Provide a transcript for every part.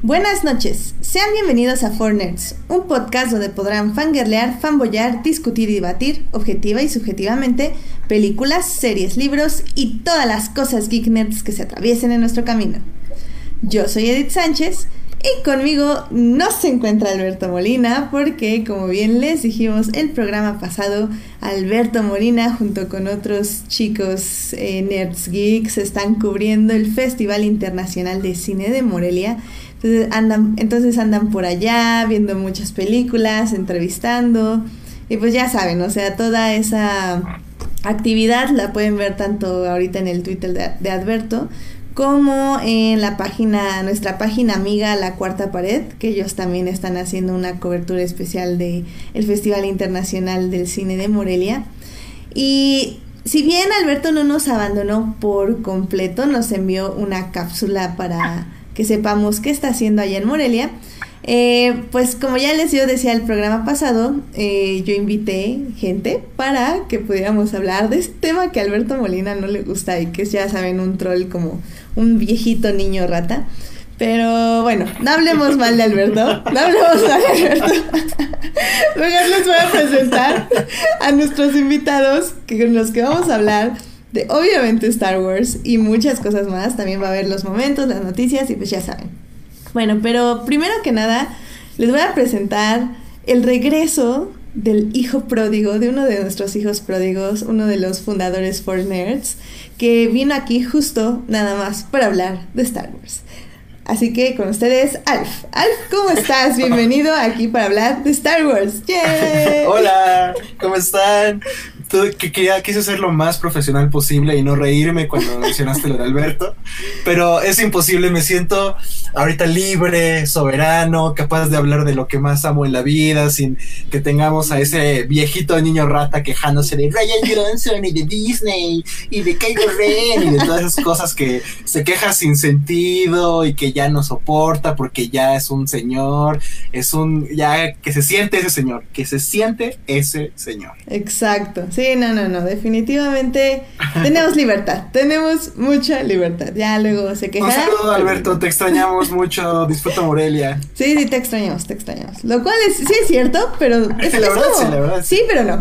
Buenas noches, sean bienvenidos a 4Nerds, un podcast donde podrán fangirlear, fanboyar, discutir y debatir, objetiva y subjetivamente, películas, series, libros y todas las cosas geek nerds que se atraviesen en nuestro camino. Yo soy Edith Sánchez y conmigo no se encuentra Alberto Molina porque, como bien les dijimos el programa pasado, Alberto Molina junto con otros chicos nerds geeks están cubriendo el Festival Internacional de Cine de Morelia. Entonces andan por allá viendo muchas películas, entrevistando y pues ya saben, o sea, toda esa actividad la pueden ver tanto ahorita en el Twitter de Alberto como en nuestra página amiga La Cuarta Pared, que ellos también están haciendo una cobertura especial de el Festival Internacional del Cine de Morelia. Y si bien Alberto no nos abandonó por completo, nos envió una cápsula para que sepamos qué está haciendo allá en Morelia. Pues como ya yo decía el programa pasado, yo invité gente para que pudiéramos hablar de este tema que a Alberto Molina no le gusta y que es, ya saben, un troll como un viejito niño rata. Pero bueno, no hablemos mal de Alberto, Mejor les voy a presentar a nuestros invitados con los que vamos a hablar de obviamente Star Wars y muchas cosas más. También va a haber los momentos, las noticias y pues ya saben. Bueno, pero primero que nada les voy a presentar el regreso del hijo pródigo, de uno de nuestros hijos pródigos, uno de los fundadores 4Nerds, que vino aquí justo nada más para hablar de Star Wars. Así que con ustedes, Alf. Alf, ¿cómo estás? Bienvenido aquí para hablar de Star Wars. ¡Yay! Hola, ¿cómo están? Quise ser lo más profesional posible y no reírme cuando mencionaste lo de Alberto, pero es imposible. Me siento ahorita libre, soberano, capaz de hablar de lo que más amo en la vida sin que tengamos a ese viejito niño rata quejándose de Rian Johnson y de Disney y de Kylo Ren y de todas esas cosas que se queja sin sentido y que ya no soporta porque ya es un señor, ya que se siente ese señor. Exacto, sí, no, definitivamente tenemos libertad, tenemos mucha libertad, ya luego se quejará. Un saludo, Alberto, te extrañamos mucho, disfruta Morelia. Sí, te extrañamos, lo cual sí es cierto, pero es la verdad, como, sí, la verdad, sí. Sí, pero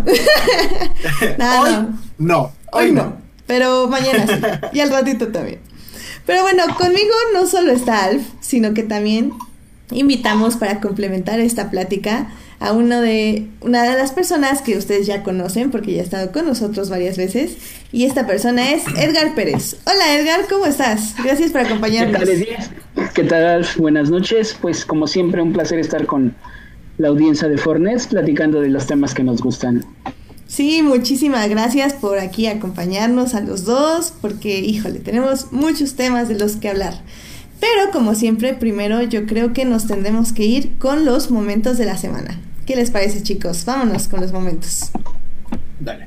no. Hoy no, pero mañana sí, y al ratito también. Pero bueno, conmigo no solo está Alf, sino que también invitamos para complementar esta plática a una de las personas que ustedes ya conocen porque ya ha estado con nosotros varias veces, y esta persona es Edgar Pérez. Hola Edgar, ¿cómo estás? Gracias por acompañarnos. ¿Qué tal, Alf? Buenas noches. Pues como siempre un placer estar con la audiencia de 4Nerds platicando de los temas que nos gustan. Sí, muchísimas gracias por aquí acompañarnos a los dos, porque híjole, tenemos muchos temas de los que hablar. Pero como siempre, primero yo creo que nos tendremos que ir con los momentos de la semana. ¿Qué les parece, chicos? Vámonos con los momentos. Dale.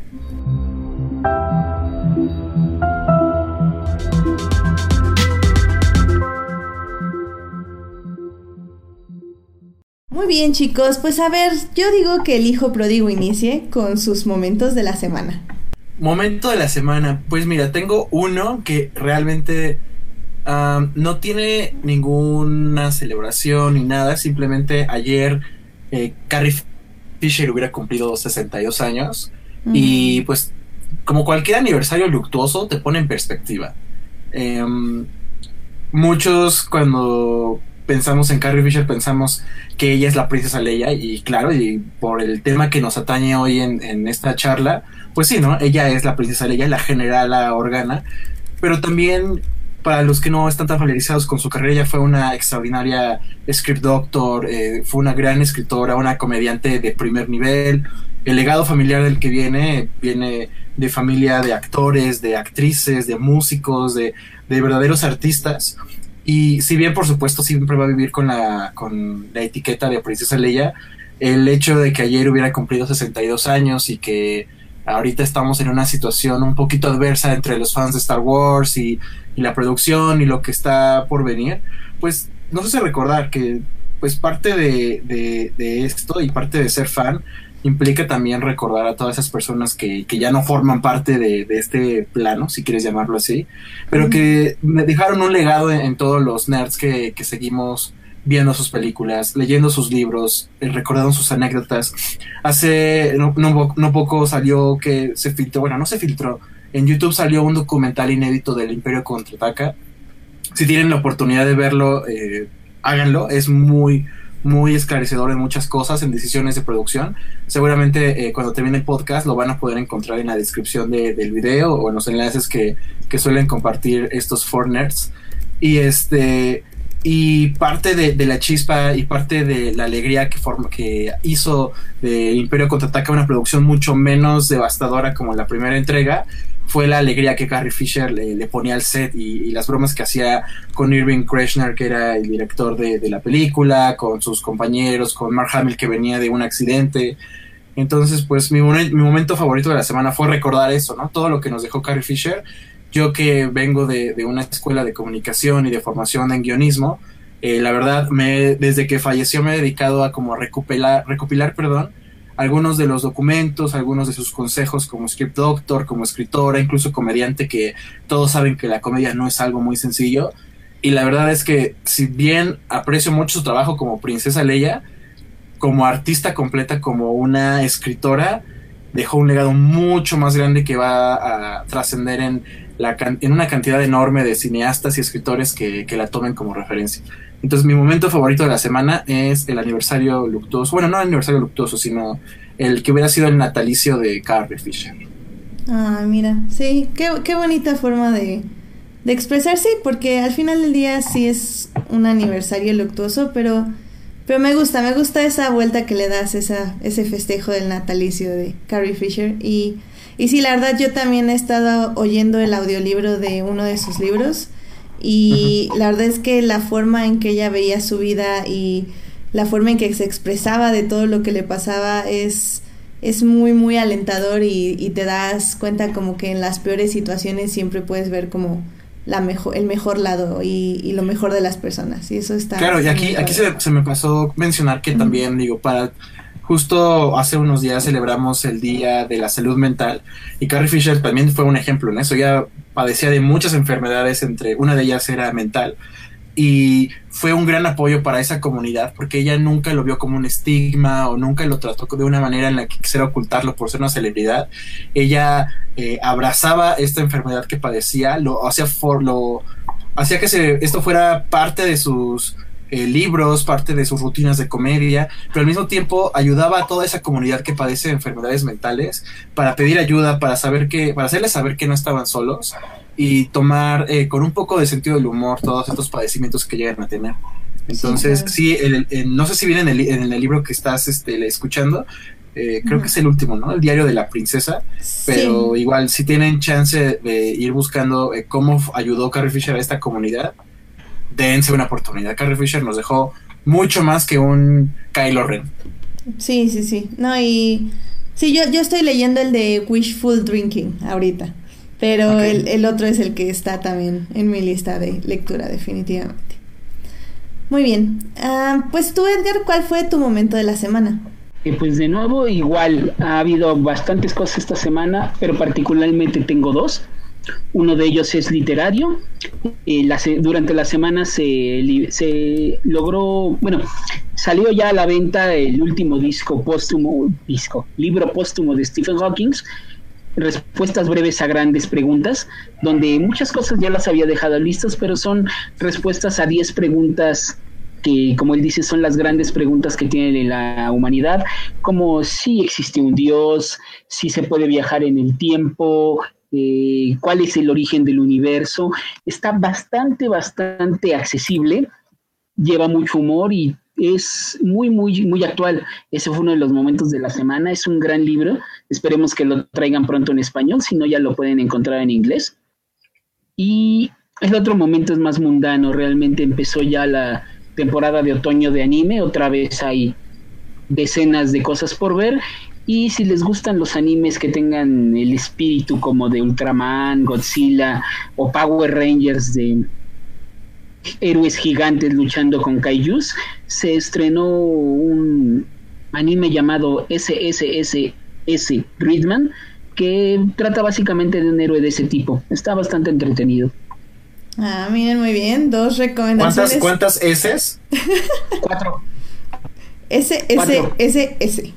Muy bien, chicos, pues a ver, yo digo que el hijo pródigo inicie con sus momentos de la semana. Momento de la semana, pues mira, tengo uno que realmente no tiene ninguna celebración ni nada. Simplemente ayer Carrie Fisher hubiera cumplido 62 años. Y pues como cualquier aniversario luctuoso te pone en perspectiva. Muchos cuando pensamos en Carrie Fisher pensamos que ella es la princesa Leia, y claro, y por el tema que nos atañe hoy en esta charla, pues sí, ¿no? Ella es la princesa Leia, la generala Organa, pero también para los que no están tan familiarizados con su carrera, ella fue una extraordinaria script doctor, fue una gran escritora, una comediante de primer nivel. El legado familiar del que viene de familia de actores, de actrices, de músicos, de verdaderos artistas. Y si bien por supuesto siempre va a vivir con la etiqueta de princesa Leia, el hecho de que ayer hubiera cumplido 62 años y que ahorita estamos en una situación un poquito adversa entre los fans de Star Wars y la producción y lo que está por venir, pues nos hace recordar que pues parte de esto y parte de ser fan implica también recordar a todas esas personas que ya no forman parte de este plano, si quieres llamarlo así, pero que me dejaron un legado en todos los nerds que seguimos viendo sus películas, leyendo sus libros, recordando sus anécdotas. Hace no poco salió que se filtró, bueno, no se filtró, en YouTube salió un documental inédito del Imperio Contraataca. Si tienen la oportunidad de verlo, háganlo, es muy esclarecedor en muchas cosas, en decisiones de producción. Seguramente cuando termine el podcast lo van a poder encontrar en la descripción del video o en los enlaces que suelen compartir estos four nerds. Y parte de la chispa y parte de la alegría que hizo de Imperio Contraataca una producción mucho menos devastadora como la primera entrega fue la alegría que Carrie Fisher le ponía al set y las bromas que hacía con Irving Kershner, que era el director de la película, con sus compañeros, con Mark Hamill, que venía de un accidente. Entonces, pues mi momento favorito de la semana fue recordar eso, ¿no? Todo lo que nos dejó Carrie Fisher. Yo que vengo de una escuela de comunicación y de formación en guionismo, la verdad, desde que falleció me he dedicado a como recopilar, algunos de los documentos, algunos de sus consejos como script doctor, como escritora, incluso comediante, que todos saben que la comedia no es algo muy sencillo. Y la verdad es que, si bien aprecio mucho su trabajo como Princesa Leia, como artista completa, como una escritora, dejó un legado mucho más grande que va a trascender en una cantidad enorme de cineastas y escritores que la tomen como referencia. Entonces mi momento favorito de la semana es el aniversario luctuoso, bueno, no el aniversario luctuoso, sino el que hubiera sido el natalicio de Carrie Fisher. Ah, mira, sí, qué bonita forma de expresarse, porque al final del día sí es un aniversario luctuoso, pero me gusta esa vuelta que le das, ese festejo del natalicio de Carrie Fisher. Y sí, la verdad, yo también he estado oyendo el audiolibro de uno de sus libros, y la verdad es que la forma en que ella veía su vida y la forma en que se expresaba de todo lo que le pasaba es muy alentador, y te das cuenta como que en las peores situaciones siempre puedes ver como el mejor lado y lo mejor de las personas, y eso está... Claro, y aquí se me pasó mencionar que también, justo hace unos días celebramos el Día de la Salud Mental, y Carrie Fisher también fue un ejemplo en eso. Ella padecía de muchas enfermedades, una de ellas era mental, y fue un gran apoyo para esa comunidad, porque ella nunca lo vio como un estigma o nunca lo trató de una manera en la que quisiera ocultarlo por ser una celebridad. Ella abrazaba esta enfermedad que padecía, hacía que esto fuera parte de sus libros, parte de sus rutinas de comedia, pero al mismo tiempo ayudaba a toda esa comunidad que padece enfermedades mentales para pedir ayuda, para hacerles saber que no estaban solos, y tomar con un poco de sentido del humor todos estos padecimientos que llegan a tener. Entonces, sí, no sé si viene en el libro que estás escuchando, creo que es el último, ¿no? El diario de la princesa, pero igual, si tienen chance de ir buscando cómo ayudó Carrie Fisher a esta comunidad, dense una oportunidad. Carrie Fisher nos dejó mucho más que un Kylo Ren. Sí. No, y sí, yo estoy leyendo el de Wishful Drinking ahorita, pero el otro es el que está también en mi lista de lectura, definitivamente. Muy bien. Pues tú, Edgar, ¿cuál fue tu momento de la semana? Pues de nuevo, igual, ha habido bastantes cosas esta semana, pero particularmente tengo dos. Uno de ellos es literario. Durante la semana se logró, salió ya a la venta el último libro póstumo de Stephen Hawking, Respuestas breves a grandes preguntas, donde muchas cosas ya las había dejado listas, pero son respuestas a 10 preguntas que, como él dice, son las grandes preguntas que tiene la humanidad, como si existe un Dios, si se puede viajar en el tiempo, cuál es el origen del universo. Está bastante accesible, lleva mucho humor y es muy actual. Ese fue uno de los momentos de la semana. Es un gran libro, esperemos que lo traigan pronto en español, si no ya lo pueden encontrar en inglés. Y el otro momento es más mundano. Realmente empezó ya la temporada de otoño de anime, otra vez hay decenas de cosas por ver. Y si les gustan los animes que tengan el espíritu como de Ultraman, Godzilla o Power Rangers, de héroes gigantes luchando con kaijus, se estrenó un anime llamado SSSS Gridman, que trata básicamente de un héroe de ese tipo. Está bastante entretenido. Ah, miren, muy bien. 2 recomendaciones. ¿Cuántas S's? 4. S.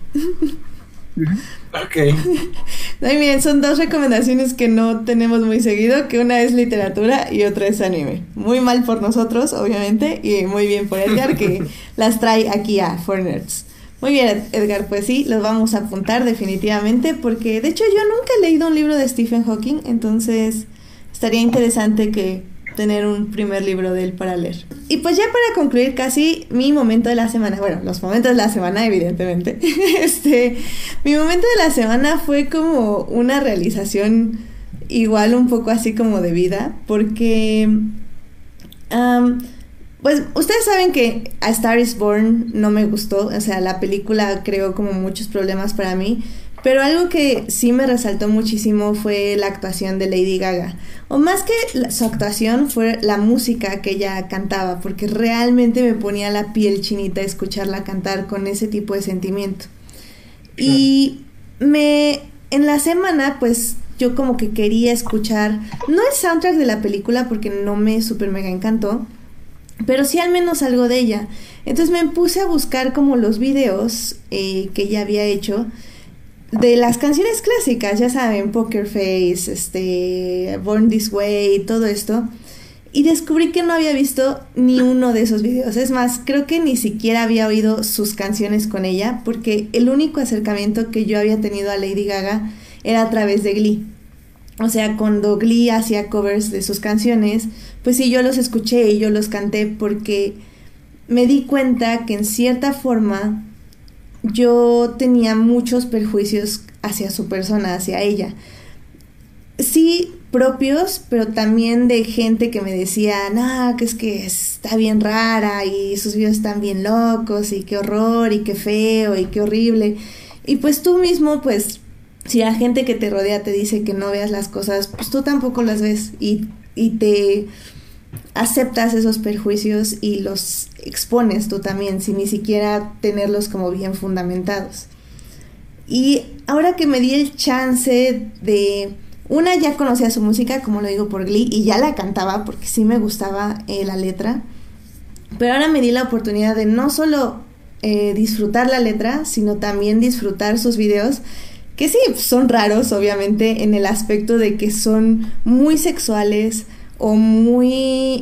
Ok. Ay, miren, son 2 recomendaciones que no tenemos muy seguido, que una es literatura y otra es anime. Muy mal por nosotros, obviamente, y muy bien por Edgar, que las trae aquí a 4Nerds. Muy bien, Edgar, pues sí, los vamos a apuntar definitivamente, porque de hecho yo nunca he leído un libro de Stephen Hawking, entonces estaría interesante que tener un primer libro de él para leer. Y pues ya para concluir casi mi momento de la semana, bueno, los momentos de la semana evidentemente, mi momento de la semana fue como una realización igual un poco así como de vida, porque pues ustedes saben que A Star is Born no me gustó, o sea, la película creó como muchos problemas para mí, pero algo que sí me resaltó muchísimo fue la actuación de Lady Gaga. O más que su actuación fue la música que ella cantaba, porque realmente me ponía la piel chinita escucharla cantar con ese tipo de sentimiento. Y en la semana, pues yo como que quería escuchar, no el soundtrack de la película porque no me super mega encantó, pero sí al menos algo de ella. Entonces me puse a buscar como los videos que ella había hecho de las canciones clásicas, ya saben, Poker Face, Born This Way, todo esto, y descubrí que no había visto ni uno de esos videos. Es más, creo que ni siquiera había oído sus canciones con ella, porque el único acercamiento que yo había tenido a Lady Gaga era a través de Glee. O sea, cuando Glee hacía covers de sus canciones, pues sí, yo los escuché y yo los canté, porque me di cuenta que en cierta forma yo tenía muchos perjuicios hacia su persona, hacia ella. Sí, propios, pero también de gente que me decía, no, que es que está bien rara y sus videos están bien locos y qué horror y qué feo y qué horrible. Y pues tú mismo, pues, si la gente que te rodea te dice que no veas las cosas, pues tú tampoco las ves y te aceptas esos perjuicios y los expones tú también, sin ni siquiera tenerlos como bien fundamentados. Y ahora que me di el chance de... ya conocía su música, como lo digo, por Glee, y ya la cantaba porque sí me gustaba la letra, pero ahora me di la oportunidad de no solo disfrutar la letra, sino también disfrutar sus videos, que sí, son raros, obviamente, en el aspecto de que son muy sexuales o muy...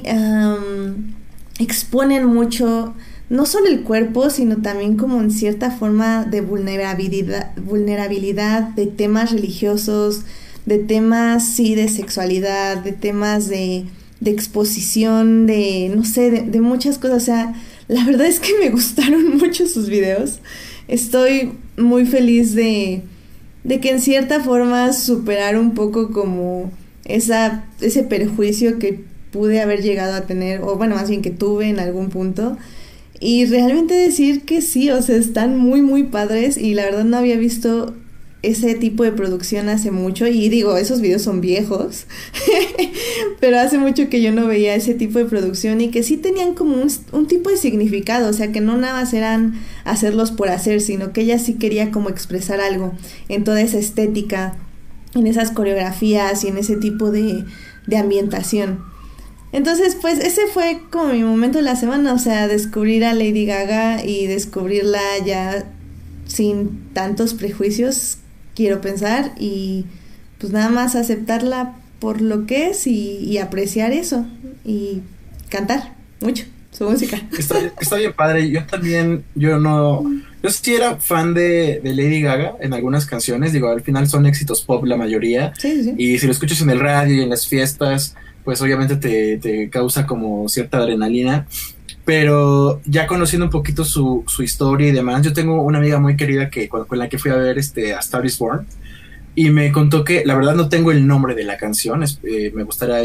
exponen mucho, no solo el cuerpo, sino también como en cierta forma de vulnerabilidad de temas religiosos, de temas, sí, de sexualidad, de temas de exposición, de, no sé, de muchas cosas. O sea, la verdad es que me gustaron mucho sus videos. Estoy muy feliz de que en cierta forma superar un poco como ese perjuicio que pude haber llegado a tener, o bueno, más bien que tuve en algún punto, y realmente decir que sí, o sea, están muy muy padres, y la verdad no había visto ese tipo de producción hace mucho, y digo, esos videos son viejos, pero hace mucho que yo no veía ese tipo de producción, y que sí tenían como un tipo de significado, o sea, que no nada más eran hacerlos por hacer, sino que ella sí quería como expresar algo en toda esa estética, en esas coreografías y en ese tipo de ambientación. Entonces, pues ese fue como mi momento de la semana, o sea, descubrir a Lady Gaga y descubrirla ya sin tantos prejuicios, quiero pensar, y pues nada más aceptarla por lo que es y apreciar eso y cantar mucho su música. Está bien padre. Yo también, yo sí era fan de Lady Gaga en algunas canciones, digo, al final son éxitos pop la mayoría, sí. Y si lo escuchas en el radio y en las fiestas, pues obviamente te causa como cierta adrenalina, pero ya conociendo un poquito su historia y demás, yo tengo una amiga muy querida con la que fui a ver A Star is Born, y me contó que, la verdad no tengo el nombre de la canción, me gustaría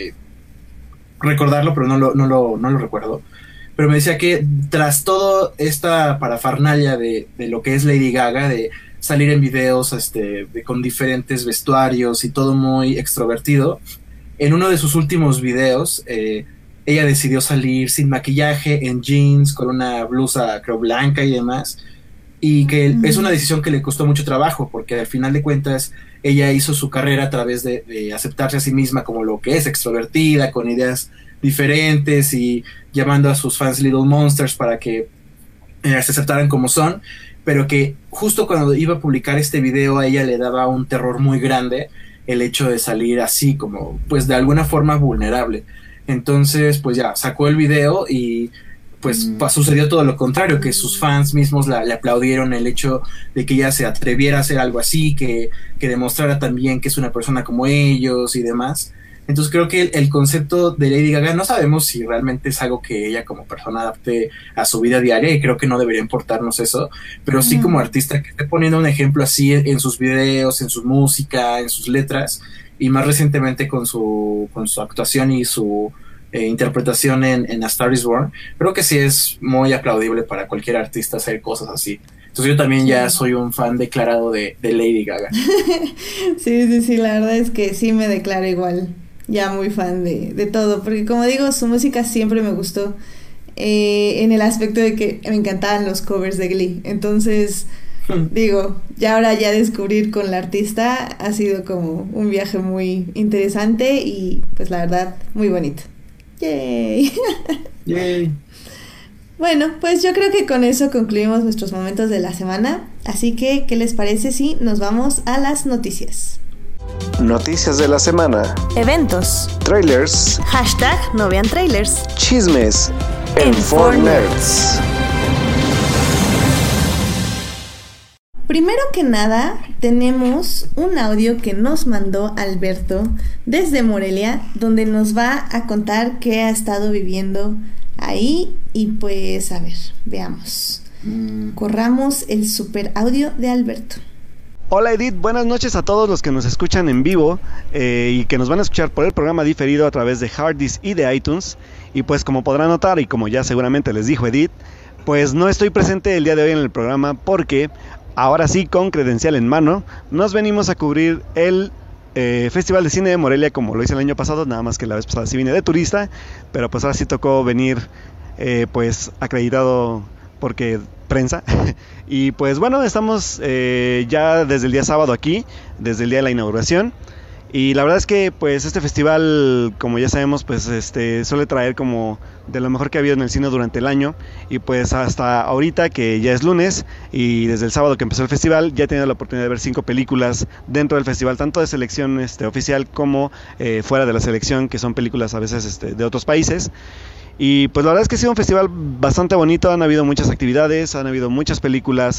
recordarlo, pero no lo recuerdo, pero me decía que tras toda esta parafernalia de lo que es Lady Gaga, de salir en videos con diferentes vestuarios y todo muy extrovertido, en uno de sus últimos videos ella decidió salir sin maquillaje, en jeans, con una blusa creo blanca y demás, y que es una decisión que le costó mucho trabajo, porque al final de cuentas ella hizo su carrera a través de aceptarse a sí misma como lo que es, extrovertida, con ideas diferentes y llamando a sus fans Little Monsters para que se aceptaran como son, pero que justo cuando iba a publicar este video a ella le daba un terror muy grande el hecho de salir así como pues de alguna forma vulnerable. Entonces pues ya sacó el video y pues sucedió todo lo contrario, que sus fans mismos le aplaudieron el hecho de que ella se atreviera a hacer algo así, que demostrara también que es una persona como ellos y demás. Entonces creo que el concepto de Lady Gaga no sabemos si realmente es algo que ella como persona adapte a su vida diaria, y creo que no debería importarnos eso, pero sí como artista que esté poniendo un ejemplo así en sus videos, en su música, en sus letras, y más recientemente con su actuación y su interpretación en A Star Is Born. Creo que sí es muy aplaudible para cualquier artista hacer cosas así. Entonces yo también ya soy un fan declarado de Lady Gaga. Sí, la verdad es que sí me declaro igual, ya muy fan de todo, porque como digo, su música siempre me gustó, en el aspecto de que me encantaban los covers de Glee. Entonces digo, ya ahora ya descubrir con la artista ha sido como un viaje muy interesante y pues la verdad muy bonito. ¡Yay! ¡Yay! Bueno, pues yo creo que con eso concluimos nuestros momentos de la semana. Así que, ¿qué les parece si nos vamos a las noticias? Noticias de la semana. Eventos. Trailers. Hashtag no vean trailers. Chismes en 4Nerds. Primero que nada, tenemos un audio que nos mandó Alberto desde Morelia, donde nos va a contar qué ha estado viviendo ahí. Y pues, a ver, veamos. Corramos el super audio de Alberto. Hola Edith, buenas noches a todos los que nos escuchan en vivo y que nos van a escuchar por el programa diferido a través de Harddisk y de iTunes. Y pues como podrán notar, y como ya seguramente les dijo Edith, pues no estoy presente el día de hoy en el programa porque ahora sí, con credencial en mano, nos venimos a cubrir el Festival de Cine de Morelia como lo hice el año pasado, nada más que la vez pasada sí vine de turista, pero pues ahora sí tocó venir pues acreditado porque prensa. Y pues bueno, estamos ya desde el día sábado aquí, desde el día de la inauguración. Y la verdad es que pues este festival, como ya sabemos, pues suele traer como de lo mejor que ha habido en el cine durante el año. Y pues hasta ahorita, que ya es lunes, y desde el sábado que empezó el festival, ya he tenido la oportunidad de ver 5 películas dentro del festival, tanto de selección oficial como fuera de la selección, que son películas a veces de otros países. Y pues la verdad es que ha sido un festival bastante bonito, han habido muchas actividades, han habido muchas películas,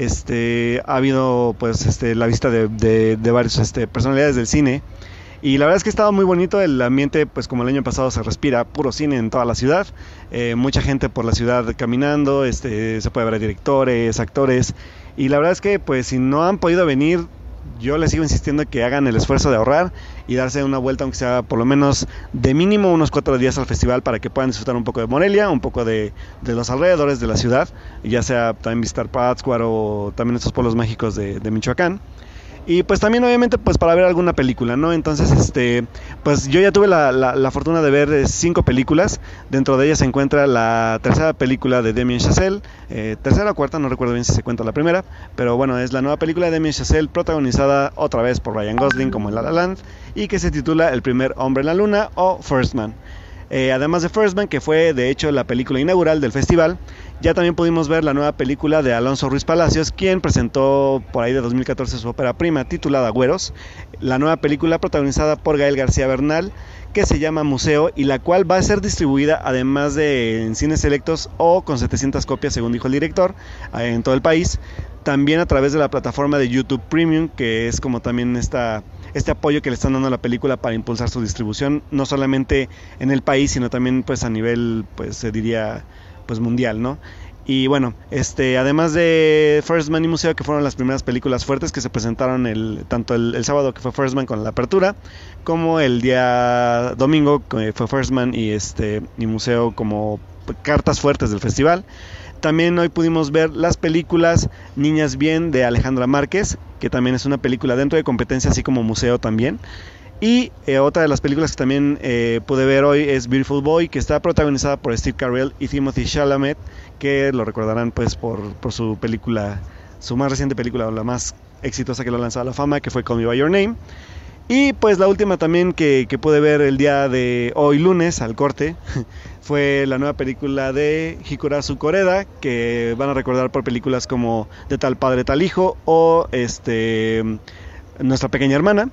ha habido pues la visita de varias personalidades del cine. Y la verdad es que ha estado muy bonito el ambiente, pues como el año pasado se respira puro cine en toda la ciudad, mucha gente por la ciudad caminando, se puede ver a directores, actores, y la verdad es que pues si no han podido venir, yo les sigo insistiendo que hagan el esfuerzo de ahorrar y darse una vuelta, aunque sea por lo menos de mínimo unos 4 días al festival, para que puedan disfrutar un poco de Morelia, un poco de los alrededores de la ciudad, ya sea también visitar Pátzcuaro o también estos pueblos mágicos de Michoacán. Y pues también obviamente pues para ver alguna película, ¿no? Entonces pues yo ya tuve la fortuna de ver 5 películas. Dentro de ellas se encuentra la tercera película de Damien Chazelle, tercera o cuarta, no recuerdo bien si se cuenta la primera, pero bueno, es la nueva película de Damien Chazelle, protagonizada otra vez por Ryan Gosling como en La La Land, y que se titula El primer hombre en la luna o First Man. Además de First Man, que fue de hecho la película inaugural del festival, ya también pudimos ver la nueva película de Alonso Ruiz Palacios, quien presentó por ahí de 2014 su ópera prima titulada Güeros, la nueva película protagonizada por Gael García Bernal, que se llama Museo, y la cual va a ser distribuida además de en cines selectos o con 700 copias según dijo el director en todo el país, también a través de la plataforma de YouTube Premium, que es como también este apoyo que le están dando a la película para impulsar su distribución, no solamente en el país, sino también pues a nivel, pues se diría, pues mundial, ¿no? Y bueno, además de First Man y Museo, que fueron las primeras películas fuertes que se presentaron tanto el sábado, que fue First Man con la apertura, como el día domingo, que fue First Man y Museo como cartas fuertes del festival. También hoy pudimos ver las películas Niñas Bien de Alejandra Márquez, que también es una película dentro de competencia, así como Museo también. Y otra de las películas que también pude ver hoy es Beautiful Boy, que está protagonizada por Steve Carell y Timothée Chalamet, que lo recordarán pues por su película, su más reciente película, o la más exitosa que lo ha lanzado a la fama, que fue Call Me By Your Name. Y pues la última también que pude ver el día de hoy lunes al corte fue la nueva película de Hikurazu Koreda, que van a recordar por películas como De tal padre tal hijo o Nuestra pequeña hermana.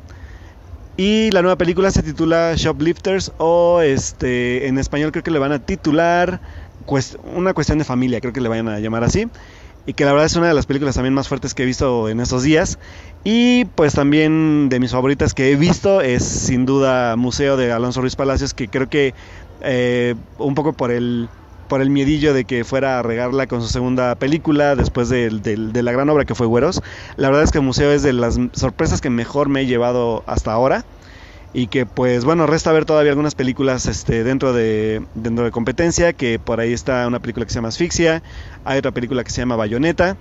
Y la nueva película se titula Shoplifters o en español creo que le van a titular Una cuestión de familia, creo que le vayan a llamar así. Y que la verdad es una de las películas también más fuertes que he visto en estos días. Y pues también de mis favoritas que he visto es sin duda Museo de Alonso Ruiz Palacios, que creo que un poco por el miedillo de que fuera a regarla con su segunda película después de la gran obra que fue Güeros. La verdad es que Museo es de las sorpresas que mejor me he llevado hasta ahora. Y que pues bueno, resta ver todavía algunas películas dentro de competencia, que por ahí está una película que se llama Asfixia, hay otra película que se llama Bayonetta,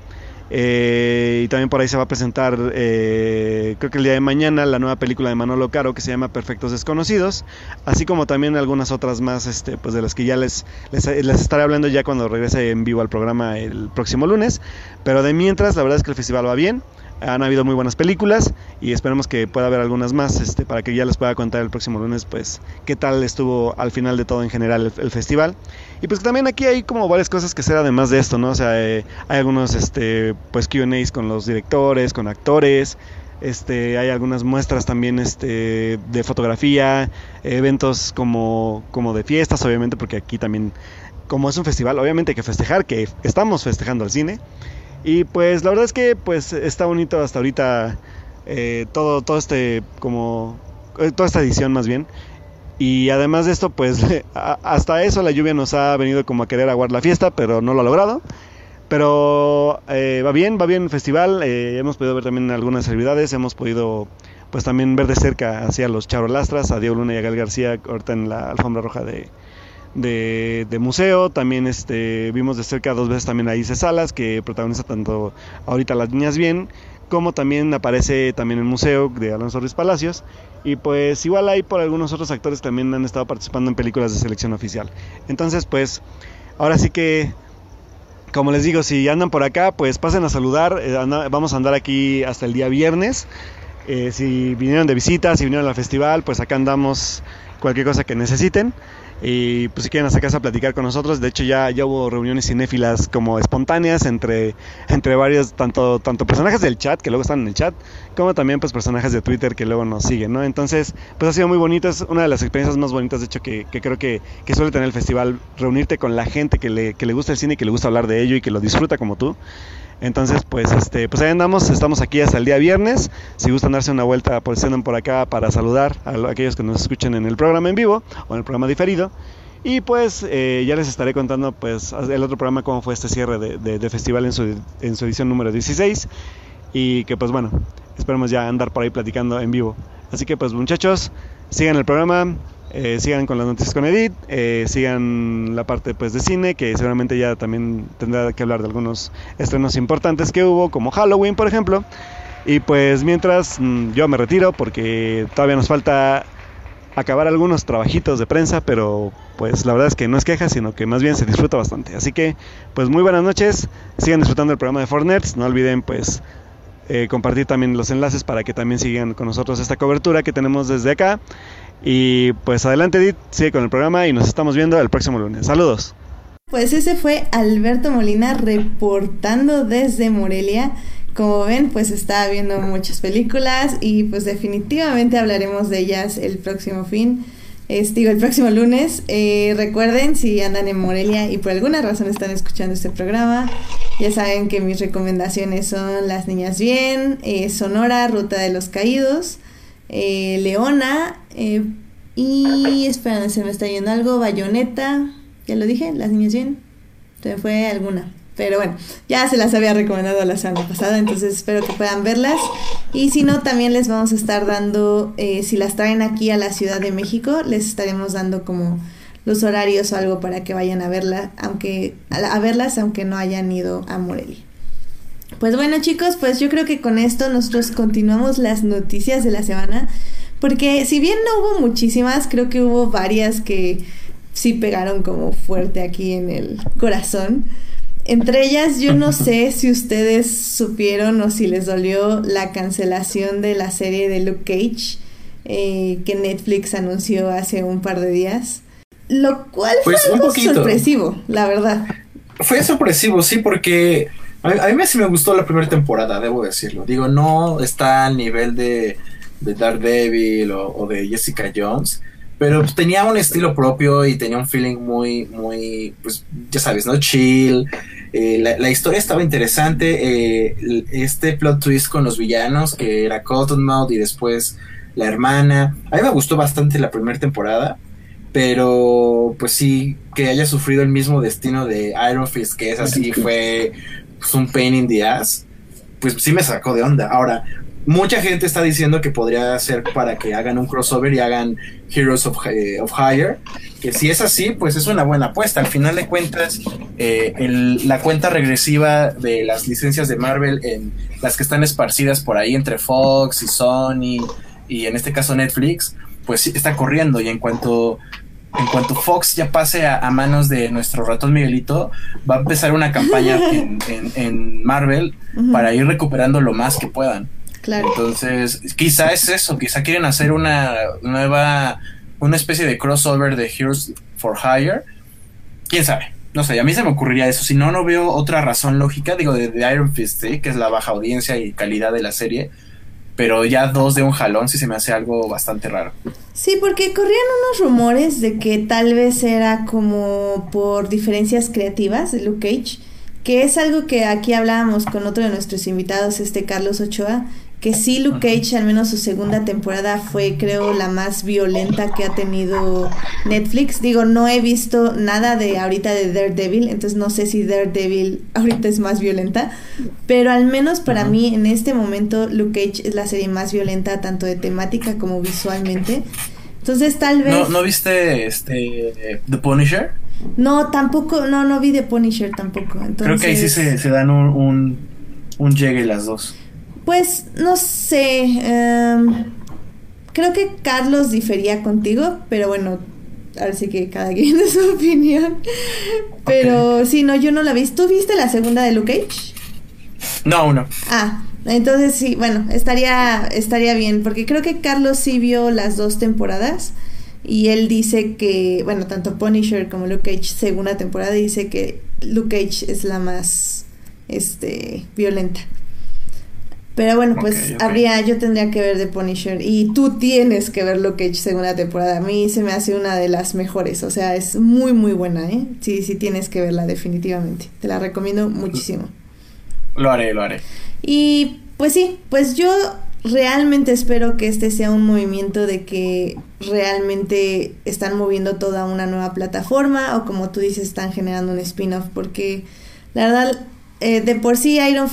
y también por ahí se va a presentar creo que el día de mañana la nueva película de Manolo Caro que se llama Perfectos Desconocidos, así como también algunas otras más pues de las que ya les estaré hablando ya cuando regrese en vivo al programa el próximo lunes. Pero de mientras, la verdad es que el festival va bien. Han habido muy buenas películas y esperemos que pueda haber algunas más para que ya les pueda contar el próximo lunes pues qué tal estuvo al final de todo en general el festival. Y pues también aquí hay como varias cosas que hacer además de esto, ¿no? O sea, hay algunos pues Q&As con los directores, con actores, hay algunas muestras también de fotografía, eventos como de fiestas, obviamente, porque aquí también, como es un festival, obviamente hay que festejar, que estamos festejando al cine. Y pues la verdad es que pues está bonito hasta ahorita todo toda esta edición más bien. Y además de esto pues hasta eso la lluvia nos ha venido como a querer aguar la fiesta, pero no lo ha logrado. Pero va bien el festival, hemos podido ver también algunas celebridades, hemos podido pues también ver de cerca hacia los Charolastras, a Diego Luna y a Gael García ahorita en la alfombra roja de Museo. También vimos de cerca 2 veces también a Isis Salas, que protagoniza tanto ahorita Las Niñas Bien, como también aparece también en Museo de Alonso Ruiz Palacios. Y pues igual hay por algunos otros actores también han estado participando en películas de selección oficial. Entonces pues ahora sí que, como les digo, si andan por acá pues pasen a saludar. Vamos a andar aquí hasta el día viernes. Si vinieron de visita, si vinieron al festival, pues acá andamos cualquier cosa que necesiten. Y pues si quieren hasta casa a platicar con nosotros, de hecho ya hubo reuniones cinéfilas como espontáneas entre varios, tanto personajes del chat que luego están en el chat, como también pues personajes de Twitter que luego nos siguen, ¿no? Entonces pues ha sido muy bonito, es una de las experiencias más bonitas de hecho que creo que suele tener el festival, reunirte con la gente que le gusta el cine y que le gusta hablar de ello y que lo disfruta como tú. Entonces pues pues ahí andamos, estamos aquí hasta el día viernes. Si gustan darse una vuelta, pues andan por acá para saludar a aquellos que nos escuchen en el programa en vivo o en el programa diferido. Y pues ya les estaré contando pues el otro programa cómo fue este cierre de festival en su edición número 16. Y que pues bueno, esperemos ya andar por ahí platicando en vivo. Así que pues muchachos, sigan el programa. Sigan con las noticias con Edith, sigan la parte pues de cine, que seguramente ya también tendrá que hablar de algunos estrenos importantes que hubo, como Halloween por ejemplo. Y pues mientras yo me retiro porque todavía nos falta acabar algunos trabajitos de prensa, pero pues la verdad es que no es queja, sino que más bien se disfruta bastante. Así que pues muy buenas noches, sigan disfrutando del programa de 4Nerds, no olviden pues compartir también los enlaces para que también sigan con nosotros esta cobertura que tenemos desde acá. Y pues adelante Edith, sigue con el programa y nos estamos viendo el próximo lunes. Saludos. Pues ese fue Alberto Molina reportando desde Morelia. Como ven, pues está viendo muchas películas y pues definitivamente hablaremos de ellas el próximo el próximo lunes. Recuerden, si andan en Morelia y por alguna razón están escuchando este programa, ya saben que mis recomendaciones son Las Niñas Bien, Sonora, Ruta de los Caídos, Leona, y esperen, se me está yendo algo, Bayonetta, ya lo dije, Las Niñas Bien, se me fue alguna, pero bueno, ya se las había recomendado la semana pasada, entonces espero que puedan verlas. Y si no, también les vamos a estar dando, si las traen aquí a la Ciudad de México, les estaremos dando como los horarios o algo para que vayan a verlas, aunque no hayan ido a Morelia. Pues bueno chicos, pues yo creo que con esto nosotros continuamos las noticias de la semana, porque si bien no hubo muchísimas, creo que hubo varias que sí pegaron como fuerte aquí en el corazón. Entre ellas, yo no sé si ustedes supieron o si les dolió la cancelación de la serie de Luke Cage que Netflix anunció hace un par de días. Lo cual fue algo sorpresivo, la verdad. Fue sorpresivo, sí, porque a mí sí me gustó la primera temporada, debo decirlo. Digo, no está al nivel de Daredevil o de Jessica Jones, pero pues, tenía un estilo propio y tenía un feeling muy, pues ya sabes, ¿no? Chill. La historia estaba interesante. Este plot twist con los villanos, que era Cottonmouth y después la hermana. A mí me gustó bastante la primera temporada, pero pues sí, que haya sufrido el mismo destino de Iron Fist, que es así, fue pues, un pain in the ass, pues sí me sacó de onda. Ahora, mucha gente está diciendo que podría ser para que hagan un crossover y hagan Heroes of Hire, que si es así, pues es una buena apuesta. Al final de cuentas, la cuenta regresiva de las licencias de Marvel, en las que están esparcidas por ahí entre Fox y Sony y en este caso Netflix, pues sí está corriendo, y en cuanto Fox ya pase a manos de nuestro ratón Miguelito, va a empezar una campaña en Marvel para ir recuperando lo más que puedan. Claro. Entonces, quizá es eso, quizá quieren hacer una especie de crossover de Heroes for Hire. ¿Quién sabe? No sé, a mí se me ocurriría eso. Si no, no veo otra razón lógica. Digo, de Iron Fist, ¿sí? Que es la baja audiencia y calidad de la serie. Pero ya dos de un jalón sí se me hace algo bastante raro. Sí, porque corrían unos rumores de que tal vez era como por diferencias creativas de Luke Cage, que es algo que aquí hablábamos con otro de nuestros invitados, Carlos Ochoa, que sí, Luke Cage, al menos su segunda temporada fue, creo, la más violenta que ha tenido Netflix. Digo, no he visto nada de ahorita de Daredevil, entonces no sé si Daredevil ahorita es más violenta, pero al menos para mí en este momento Luke Cage es la serie más violenta, tanto de temática como visualmente. Entonces tal vez... ¿No viste The Punisher? No, tampoco, no vi The Punisher tampoco. Entonces... Creo que ahí sí se dan un llegue las dos. Pues no sé, creo que Carlos difería contigo, pero bueno, ahora sí que cada quien tiene su opinión. Pero okay. Sí, no, yo no la vi. ¿Tú viste la segunda de Luke Cage? No. Ah, entonces sí, bueno, estaría bien, porque creo que Carlos sí vio las dos temporadas y él dice que, bueno, tanto Punisher como Luke Cage segunda temporada, dice que Luke Cage es la más violenta. Pero bueno, pues okay. Yo tendría que ver The Punisher y tú tienes que ver Luke Cage segunda temporada. A mí se me hace una de las mejores, o sea, es muy muy buena, ¿eh? Sí, tienes que verla definitivamente. Te la recomiendo muchísimo. Lo haré. Y pues sí, pues yo realmente espero que este sea un movimiento de que realmente están moviendo toda una nueva plataforma, o como tú dices, están generando un spin-off, porque la verdad... de por sí Iron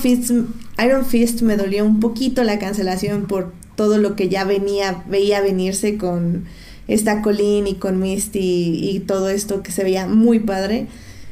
Fist me dolió un poquito la cancelación por todo lo que ya veía venirse con esta Colleen y con Misty y todo esto que se veía muy padre.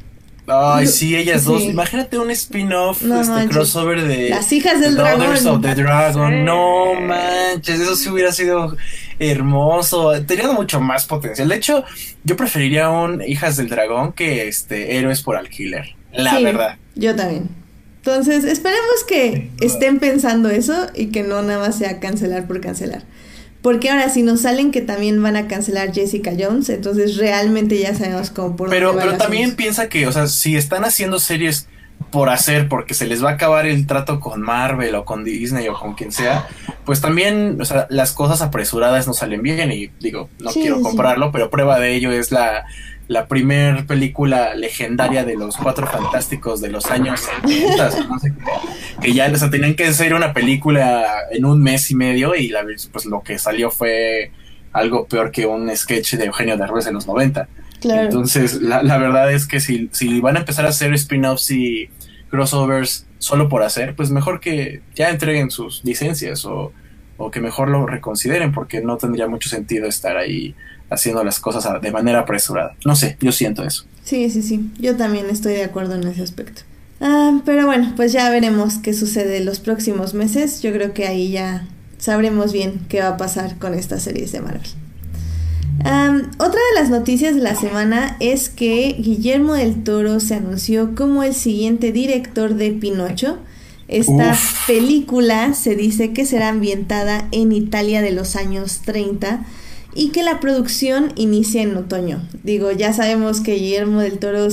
Ay, sí, ellas dos. Imagínate un spin-off, crossover de Las hijas del dragón. Daughters of the Dragon. Sí. No manches, eso sí hubiera sido hermoso. Tenía mucho más potencial. De hecho, yo preferiría un Hijas del Dragón que Héroes por Alquiler. La verdad. Yo también. Entonces, esperemos que estén pensando eso y que no nada más sea cancelar por cancelar. Porque ahora si nos salen que también van a cancelar Jessica Jones, entonces realmente ya sabemos cómo por dónde va. Pero también piensa que, o sea, si están haciendo series por hacer, porque se les va a acabar el trato con Marvel o con Disney o con quien sea, pues también, o sea, las cosas apresuradas no salen bien. Y digo, no quiero comprarlo, pero prueba de ello es la primer película legendaria de los Cuatro Fantásticos de los años 70, no sé qué, que ya, o sea, tenían que hacer una película en un mes y medio y pues lo que salió fue algo peor que un sketch de Eugenio Derbez en los 90. Claro. Entonces, la verdad es que si van a empezar a hacer spin-offs y crossovers solo por hacer, pues mejor que ya entreguen sus licencias o que mejor lo reconsideren, porque no tendría mucho sentido estar ahí haciendo las cosas de manera apresurada. No sé, yo siento eso. Sí, yo también estoy de acuerdo en ese aspecto. Pero bueno, pues ya veremos qué sucede los próximos meses. Yo creo que ahí ya sabremos bien qué va a pasar con estas series de Marvel. Otra de las noticias de la semana es que Guillermo del Toro se anunció como el siguiente director de Pinocho. Esta película se dice que será ambientada en Italia de los años 30 y que la producción inicia en otoño. Digo, ya sabemos que Guillermo del Toro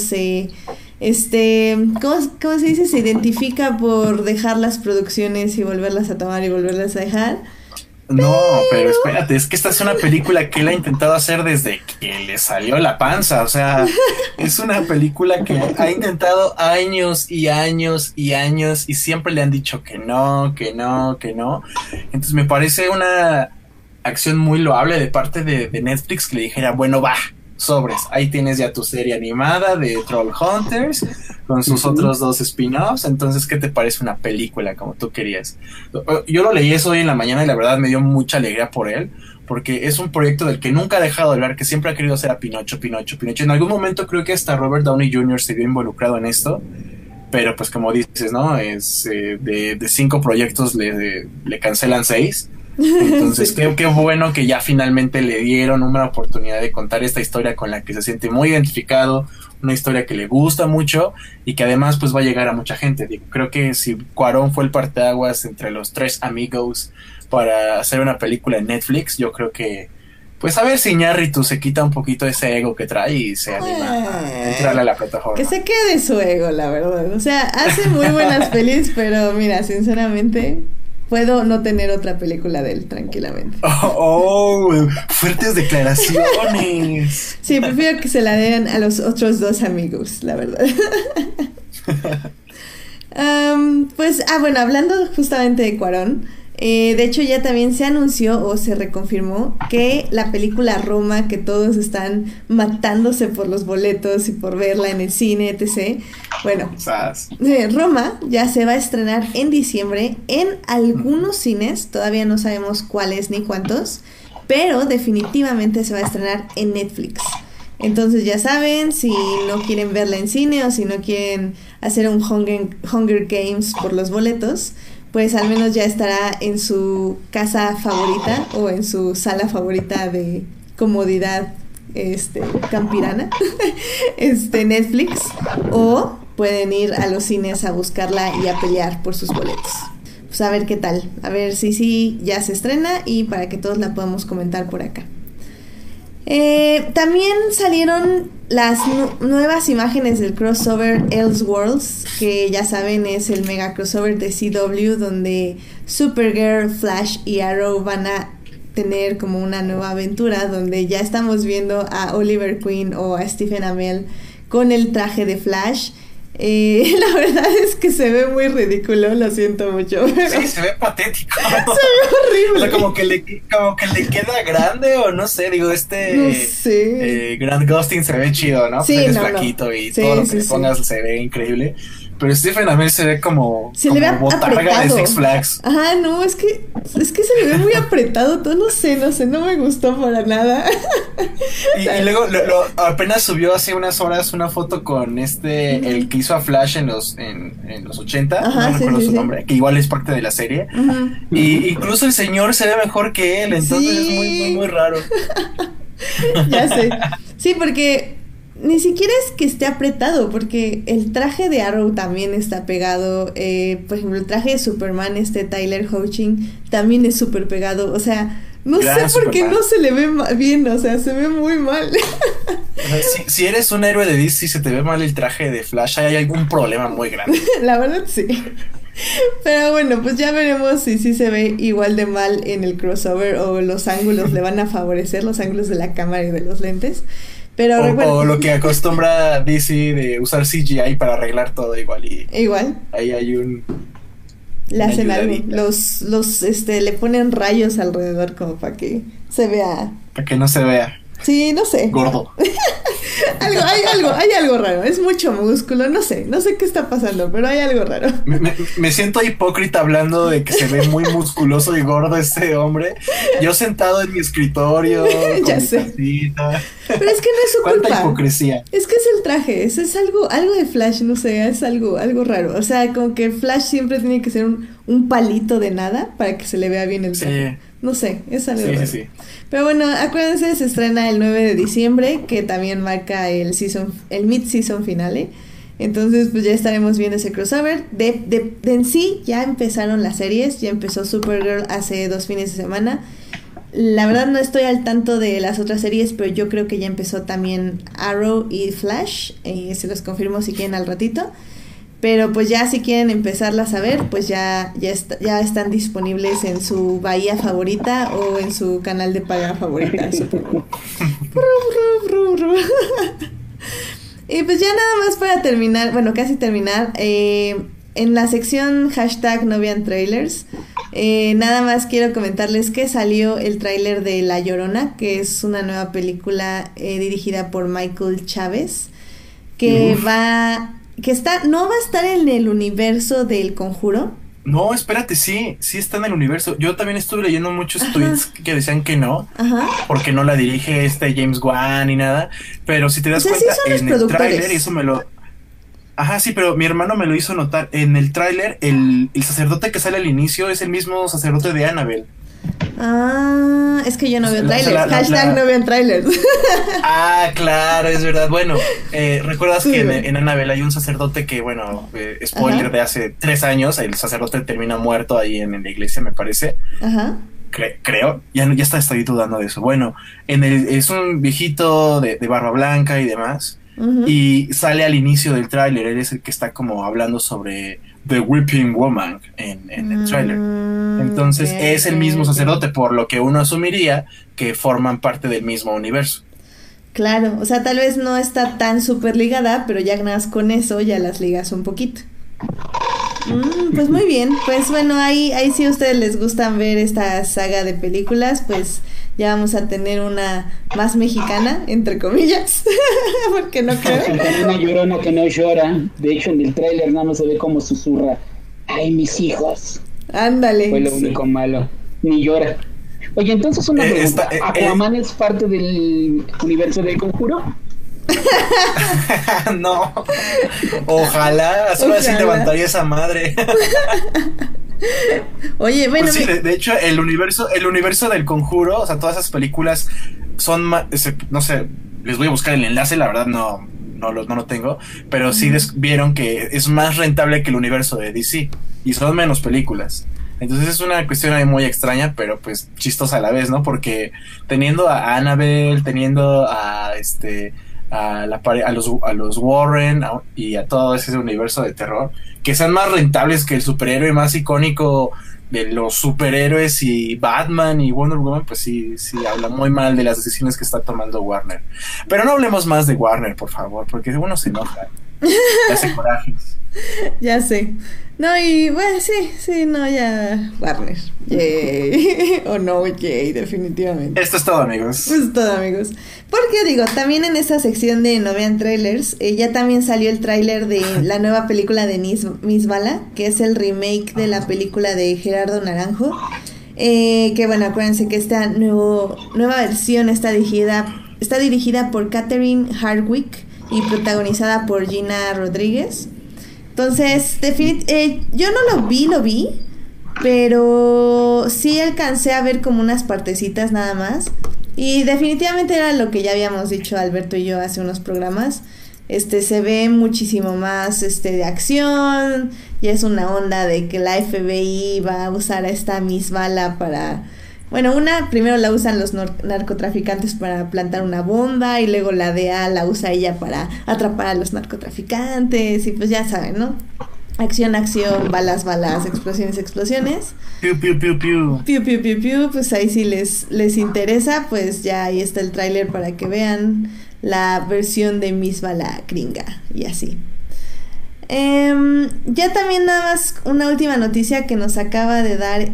¿cómo se dice? Se identifica por dejar las producciones y volverlas a tomar y volverlas a dejar. No, pero espérate, es que esta es una película que él ha intentado hacer desde que le salió la panza, o sea, es una película que ha intentado años y años y años y siempre le han dicho que no, que no, que no. Entonces me parece una acción muy loable de parte de Netflix que le dijera, bueno, va, sobres, ahí tienes ya tu serie animada de Trollhunters con sus otros 2 spin-offs, entonces ¿qué te parece una película como tú querías? Yo lo leí eso hoy en la mañana y la verdad me dio mucha alegría por él, porque es un proyecto del que nunca ha dejado de hablar, que siempre ha querido hacer a Pinocho. En algún momento creo que hasta Robert Downey Jr. se vio involucrado en esto, pero pues como dices, ¿no? Es de 5 proyectos le cancelan 6. Entonces Sí. qué bueno que ya finalmente le dieron una oportunidad de contar esta historia con la que se siente muy identificado, una historia que le gusta mucho y que además pues va a llegar a mucha gente. Digo, creo que si Cuarón fue el parteaguas entre los 3 amigos para hacer una película en Netflix, yo creo que pues a ver si Iñárritu se quita un poquito ese ego que trae y se anima a entrarle a la plataforma. Que se quede su ego, la verdad. O sea, hace muy buenas pelis, pero mira, sinceramente, puedo no tener otra película de él, tranquilamente. Fuertes declaraciones. Sí, prefiero que se la den a los otros 2 amigos, la verdad. Bueno, hablando justamente de Cuarón, de hecho ya también se anunció o se reconfirmó que la película Roma, que todos están matándose por los boletos y por verla en el cine, etc. Bueno, Roma ya se va a estrenar en diciembre en algunos cines, todavía no sabemos cuáles ni cuántos, pero definitivamente se va a estrenar en Netflix. Entonces ya saben, si no quieren verla en cine o si no quieren hacer un Hunger Games por los boletos, pues al menos ya estará en su casa favorita o en su sala favorita de comodidad campirana, Netflix, o pueden ir a los cines a buscarla y a pelear por sus boletos. Pues a ver qué tal, a ver si ya se estrena y para que todos la podamos comentar por acá. También salieron las nuevas imágenes del crossover Elseworlds, que ya saben es el mega crossover de CW donde Supergirl, Flash y Arrow van a tener como una nueva aventura donde ya estamos viendo a Oliver Queen o a Stephen Amell con el traje de Flash. La verdad es que se ve muy ridículo, lo siento mucho, pero sí, se ve patético. se ve horrible. O sea, como que le queda grande o no sé, digo, No sé. Grant Gustin se ve chido, ¿no? Sí, Pues es no, flaquito y sí, todo lo que sí, le pongas se ve increíble. Pero Stephen Amell se ve como le ve botarga apretado. de Six Flags. Ajá, no, es que se le ve muy apretado todo, no sé, no me gustó para nada. Y luego apenas subió hace unas horas una foto con el que hizo a Flash en los 80, Ajá, no recuerdo su nombre, que igual es parte de la serie. Y incluso el señor se ve mejor que él, entonces es muy, muy, muy raro. Ya sé. Sí, porque ni siquiera es que esté apretado, porque el traje de Arrow también está pegado. Por ejemplo, el traje de Superman, Tyler Hoechlin, también es súper pegado. O sea, no Gran sé por qué Superman. no se le ve bien, o sea, se ve muy mal. O sea, si eres un héroe de DC y se te ve mal el traje de Flash, hay algún problema muy grande. La verdad sí. Pero bueno, pues ya veremos si sí se ve igual de mal en el crossover o los ángulos le van a favorecer, los ángulos de la cámara y de los lentes. Pero O lo que acostumbra DC de usar CGI para arreglar todo igual. Y igual ahí hay le hacen algo. ayudadita. Le ponen rayos alrededor como para que se vea. Para que no se vea Sí, no sé. gordo. Hay algo raro. Es mucho músculo, no sé qué está pasando, pero hay algo raro. Me siento hipócrita hablando de que se ve muy musculoso y gordo este hombre. Yo sentado en mi escritorio con Ya mi sé. tacita. Pero es que no es su ¿Cuánta culpa. hipocresía? Es que es el traje, es algo de Flash, no sé, es algo raro. O sea, como que Flash siempre tiene que ser un palito de nada para que se le vea bien el traje. Sí. No sé, es algo Sí, raro. sí. Pero bueno, acuérdense, se estrena el 9 de diciembre, que también marca el mid-season finale. Entonces, pues ya estaremos viendo ese crossover. De en sí, ya empezaron las series. Ya empezó Supergirl hace 2 fines de semana. La verdad no estoy al tanto de las otras series, pero yo creo que ya empezó también Arrow y Flash. Se los confirmo si quieren al ratito. Pero pues ya si quieren empezarlas a ver, pues ya están disponibles en su bahía favorita o en su canal de paga favorita. Y pues ya nada más para terminar, bueno, casi terminar, en la sección hashtag no vean trailers, nada más quiero comentarles que salió el tráiler de La Llorona, que es una nueva película dirigida por Michael Chávez, que no va a estar en el universo del Conjuro. No, espérate, sí está en el universo. Yo también estuve leyendo muchos tweets que decían que no, porque no la dirige James Wan ni nada, pero si te das cuenta, sí en el tráiler, y eso me lo... Ajá, sí, pero mi hermano me lo hizo notar, en el tráiler, el sacerdote que sale al inicio es el mismo sacerdote de Annabelle. Ah, es que yo no veo trailers. Hashtag no vean trailers. Ah, claro, es verdad. Bueno, ¿recuerdas que en Annabelle hay un sacerdote que, bueno, spoiler de hace 3 años, el sacerdote termina muerto ahí en la iglesia, me parece? Ajá. Creo, ya estoy dudando de eso. Bueno, es un viejito de barba blanca y demás, y sale al inicio del tráiler. Él es el que está como hablando sobre The Weeping Woman en el tráiler. Entonces es el mismo sacerdote, por lo que uno asumiría que forman parte del mismo universo. Claro, o sea, tal vez no está tan súper ligada, pero ya nada más con eso ya las ligas un poquito. Pues muy bien, pues bueno, ahí si a ustedes les gustan ver esta saga de películas, pues ya vamos a tener una más mexicana, entre comillas, porque no creo. Una Llorona que no llora. De hecho, en el tráiler nada más se ve como susurra: ¡ay, mis hijos! Ándale. Fue lo único malo. Ni llora. Oye, entonces una pregunta. ¿Aquaman es parte del universo del Conjuro? No. Ojalá, solo así levantaría esa madre. Oye, bueno, pues sí, de hecho el universo del Conjuro, o sea, todas esas películas son no sé, les voy a buscar el enlace, la verdad no lo tengo, pero sí vieron que es más rentable que el universo de DC y son menos películas. Entonces es una cuestión ahí muy extraña, pero pues chistosa a la vez, ¿no? Porque teniendo a Annabelle, teniendo a los Warren y a todo ese universo de terror, que sean más rentables que el superhéroe más icónico de los superhéroes y Batman y Wonder Woman, pues sí habla muy mal de las decisiones que está tomando Warner. Pero no hablemos más de Warner, por favor, porque uno se enoja, hace corajes. Ya sé. No, y bueno, sí, no, ya Warner. Yay. O no, yay, definitivamente. Esto es todo, amigos. Pues todo, amigos. Porque digo, también en esta sección de No Vean Trailers, ya también salió el tráiler de la nueva película de Miss Bala, que es el remake de la película de Gerardo Naranjo. Que bueno, acuérdense que esta nueva versión está dirigida por Catherine Hardwicke y protagonizada por Gina Rodríguez. Entonces, yo no lo vi, pero sí alcancé a ver como unas partecitas nada más. Y definitivamente era lo que ya habíamos dicho Alberto y yo hace unos programas. Se ve muchísimo más de acción. Ya es una onda de que la FBI va a usar a esta Miss Bala para... Bueno, primero la usan los narcotraficantes para plantar una bomba, y luego la DEA la usa ella para atrapar a los narcotraficantes, y pues ya saben, ¿no? Acción, balas, explosiones. Piu, piu, piu, piu. Piu, piu, piu, piu. Pues ahí si les interesa, pues ya ahí está el tráiler para que vean la versión de Miss Bala gringa y así. Ya también nada más una última noticia que nos acaba de dar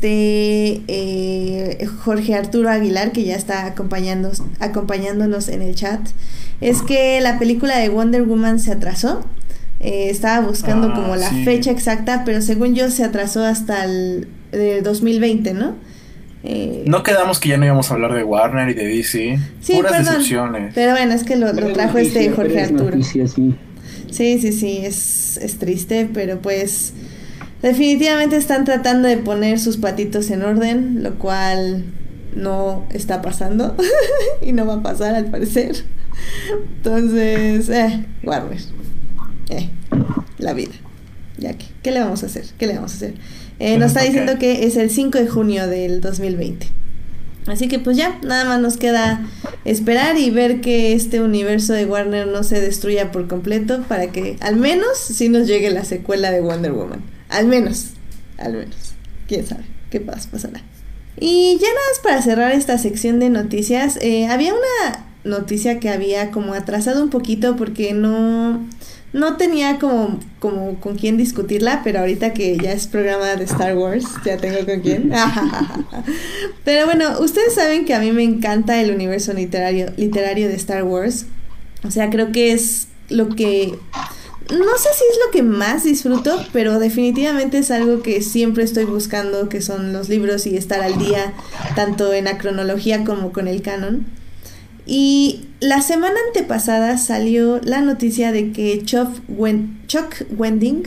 Jorge Arturo Aguilar, que ya está acompañándonos en el chat, es que la película de Wonder Woman se atrasó. Estaba buscando como la fecha exacta, pero según yo se atrasó hasta el 2020, ¿no? No quedamos que ya no íbamos a hablar de Warner y de DC. Sí, puras perdón, decepciones. pero bueno, es que lo trajo Jorge Arturo. Noticias, sí. Sí, es triste, pero pues definitivamente están tratando de poner sus patitos en orden, lo cual no está pasando y no va a pasar al parecer. Entonces, Warner, la vida. Ya que, ¿qué le vamos a hacer? Nos está diciendo que es el 5 de junio del 2020. Así que pues ya, nada más nos queda esperar y ver que este universo de Warner no se destruya por completo para que al menos sí nos llegue la secuela de Wonder Woman. Al menos. Quién sabe qué pasará. Y ya nada más para cerrar esta sección de noticias, había una noticia que había como atrasado un poquito porque no tenía como con quién discutirla, pero ahorita que ya es programa de Star Wars, ya tengo con quién. Pero bueno, ustedes saben que a mí me encanta el universo literario de Star Wars. O sea, creo que es lo que... No sé si es lo que más disfruto, pero definitivamente es algo que siempre estoy buscando, que son los libros y estar al día, tanto en la cronología como con el canon. Y la semana antepasada salió la noticia de que Chuck Wendig,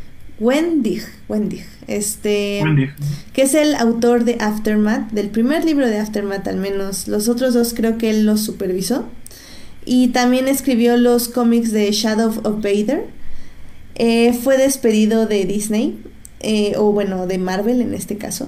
que es el autor de Aftermath, del primer libro de Aftermath al menos, los otros dos creo que él los supervisó, y también escribió los cómics de Shadow of Vader, fue despedido de Disney, o bueno, de Marvel en este caso.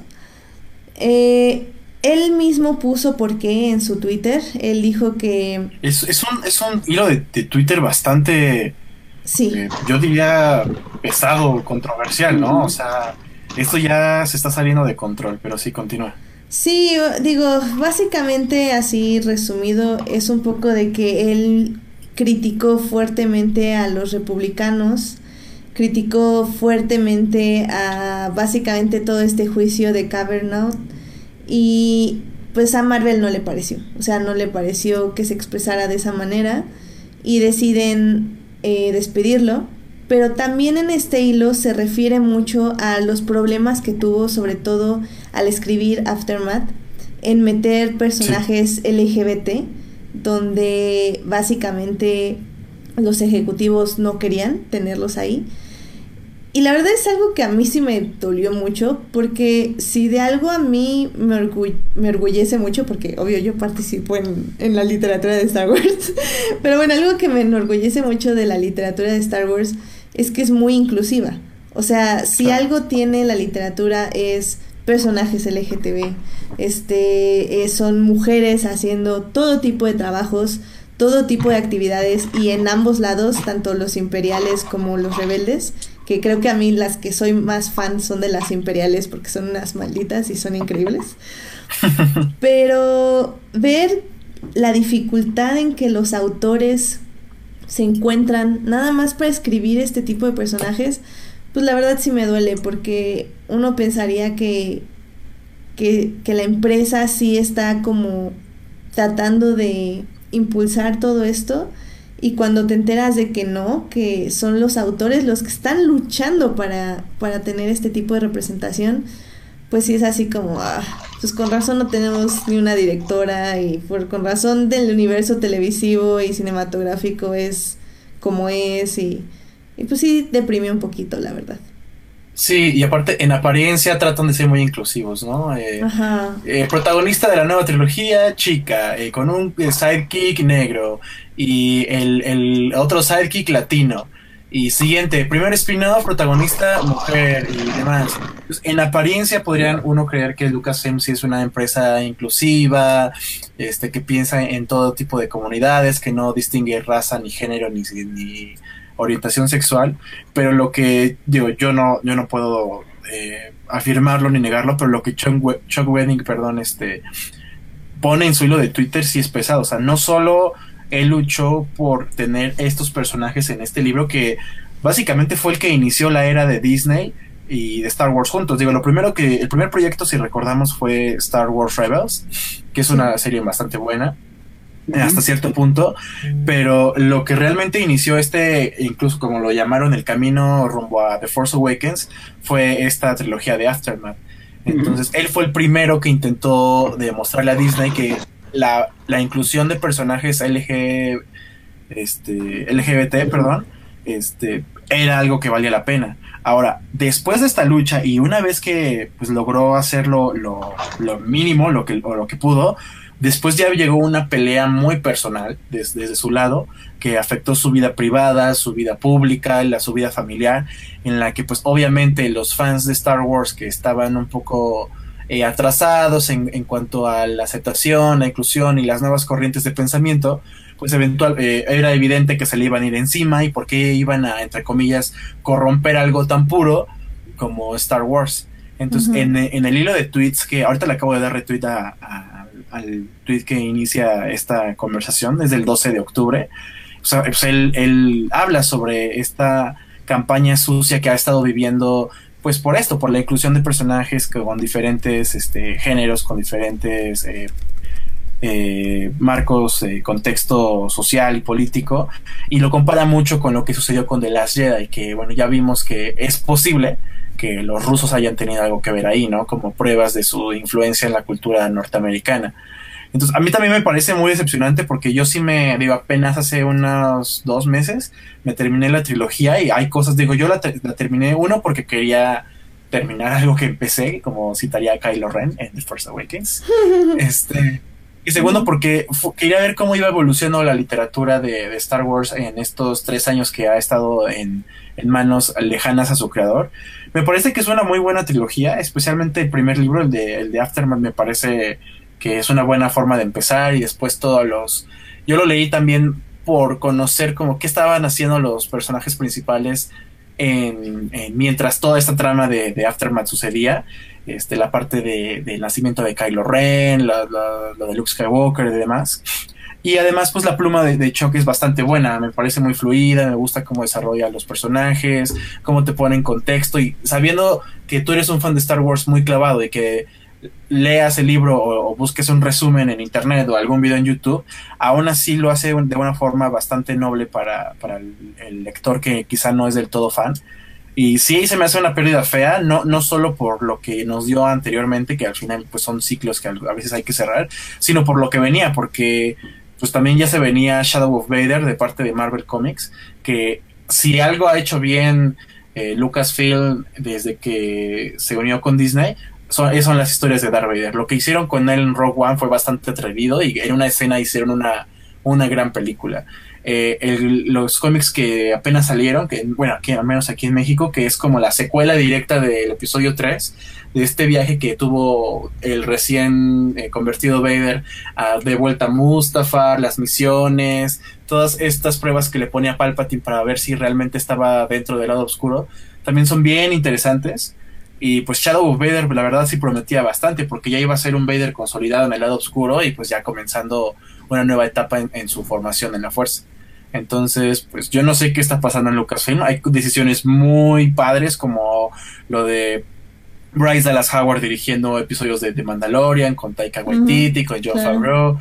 Él mismo puso por qué en su Twitter. Él dijo que... Es un hilo de Twitter bastante... Sí. Yo diría pesado, controversial, ¿no? O sea, esto ya se está saliendo de control, pero sí, continúa. Sí, digo, básicamente así resumido, es un poco de que él criticó fuertemente a los republicanos, criticó fuertemente a básicamente todo este juicio de Kavanaugh, y pues a Marvel no le pareció, o sea, no le pareció que se expresara de esa manera y deciden despedirlo. Pero también en este hilo se refiere mucho a los problemas que tuvo, sobre todo al escribir Aftermath, en meter personajes LGBT, donde básicamente los ejecutivos no querían tenerlos ahí. Y la verdad es algo que a mí sí me dolió mucho, porque si de algo a mí me orgullece mucho, porque obvio yo participo en la literatura de Star Wars, pero bueno, algo que me enorgullece mucho de la literatura de Star Wars es que es muy inclusiva. O sea, si algo tiene la literatura es personajes LGTB, son mujeres haciendo todo tipo de trabajos, todo tipo de actividades, y en ambos lados, tanto los imperiales como los rebeldes, que creo que a mí las que soy más fan son de las imperiales porque son unas malditas y son increíbles. Pero ver la dificultad en que los autores se encuentran nada más para escribir este tipo de personajes, pues la verdad sí me duele, porque uno pensaría que la empresa sí está como tratando de impulsar todo esto, y cuando te enteras de que no, que son los autores los que están luchando para tener este tipo de representación, pues sí es así como, pues con razón no tenemos ni una directora, y con razón del universo televisivo y cinematográfico es como es, y pues sí deprimió un poquito, la verdad. Sí, y aparte en apariencia tratan de ser muy inclusivos, ¿no? Ajá. Protagonista de la nueva trilogía, chica, con un sidekick negro y el otro sidekick latino. Y siguiente, primer spin-off, protagonista, mujer y demás. Pues, en apariencia podrían uno creer que Lucasfilm sí es una empresa inclusiva, que piensa en todo tipo de comunidades, que no distingue raza, ni género, ni orientación sexual, pero lo que digo, yo no puedo afirmarlo ni negarlo, pero lo que Chuck Wendig, pone en su hilo de Twitter sí es pesado. O sea, no solo él luchó por tener estos personajes en este libro, que básicamente fue el que inició la era de Disney y de Star Wars juntos. Digo, el primer proyecto, si recordamos, fue Star Wars Rebels, que es una serie bastante buena hasta cierto punto, pero lo que realmente inició incluso como lo llamaron, el camino rumbo a The Force Awakens, fue esta trilogía de Aftermath. Entonces él fue el primero que intentó demostrarle a Disney que la inclusión de personajes LGBT, era algo que valía la pena. Ahora, después de esta lucha y una vez que pues logró hacer lo mínimo, lo que pudo, después ya llegó una pelea muy personal desde su lado, que afectó su vida privada, su vida pública, su vida familiar, en la que pues obviamente los fans de Star Wars que estaban un poco atrasados en cuanto a la aceptación, la inclusión y las nuevas corrientes de pensamiento, pues era evidente que se le iban a ir encima y por qué iban a, entre comillas, corromper algo tan puro como Star Wars. Entonces, en el hilo de tweets, que ahorita le acabo de dar retweet al tweet que inicia esta conversación, desde el 12 de octubre, o sea, pues él habla sobre esta campaña sucia que ha estado viviendo, pues por esto, por la inclusión de personajes con diferentes géneros, con diferentes marcos, contexto social y político, y lo compara mucho con lo que sucedió con The Last Jedi, que bueno, ya vimos que es posible que los rusos hayan tenido algo que ver ahí, ¿no? Como pruebas de su influencia en la cultura norteamericana. Entonces, a mí también me parece muy decepcionante porque yo sí apenas hace unos 2 meses me terminé la trilogía y hay cosas, yo la terminé, uno, porque quería terminar algo que empecé, como citaría a Kylo Ren en The Force Awakens. Y segundo, porque quería ver cómo iba evolucionando la literatura de Star Wars en estos 3 años que ha estado en manos lejanas a su creador. Me parece que es una muy buena trilogía, especialmente el primer libro, el de Aftermath, me parece que es una buena forma de empezar, y después yo lo leí también por conocer como qué estaban haciendo los personajes principales mientras toda esta trama de Aftermath sucedía. La parte del nacimiento de Kylo Ren, lo de Luke Skywalker y demás. Y además, pues la pluma de Chuck es bastante buena, me parece muy fluida, me gusta cómo desarrolla los personajes, cómo te pone en contexto, y sabiendo que tú eres un fan de Star Wars muy clavado y que leas el libro o busques un resumen en internet o algún video en YouTube, aún así lo hace de una forma bastante noble para el lector que quizá no es del todo fan. Y sí, se me hace una pérdida fea, no solo por lo que nos dio anteriormente, que al final pues son ciclos que a veces hay que cerrar, sino por lo que venía, porque pues también ya se venía Shadow of Vader de parte de Marvel Comics, que si algo ha hecho bien Lucasfilm desde que se unió con Disney, son las historias de Darth Vader. Lo que hicieron con él en Rogue One fue bastante atrevido, y en una escena hicieron una gran película. Los cómics que apenas salieron, que bueno, al menos aquí en México, que es como la secuela directa del episodio 3, de este viaje que tuvo el recién convertido Vader de vuelta a Mustafar, las misiones, todas estas pruebas que le ponía a Palpatine para ver si realmente estaba dentro del lado oscuro, también son bien interesantes. Y pues Shadow of Vader, la verdad sí prometía bastante, porque ya iba a ser un Vader consolidado en el lado oscuro y pues ya comenzando una nueva etapa en su formación en la fuerza. Entonces, pues yo no sé qué está pasando en Lucasfilm. Hay decisiones muy padres, como lo de Bryce Dallas Howard dirigiendo episodios de Mandalorian con Taika Waititi, con Jon Favreau.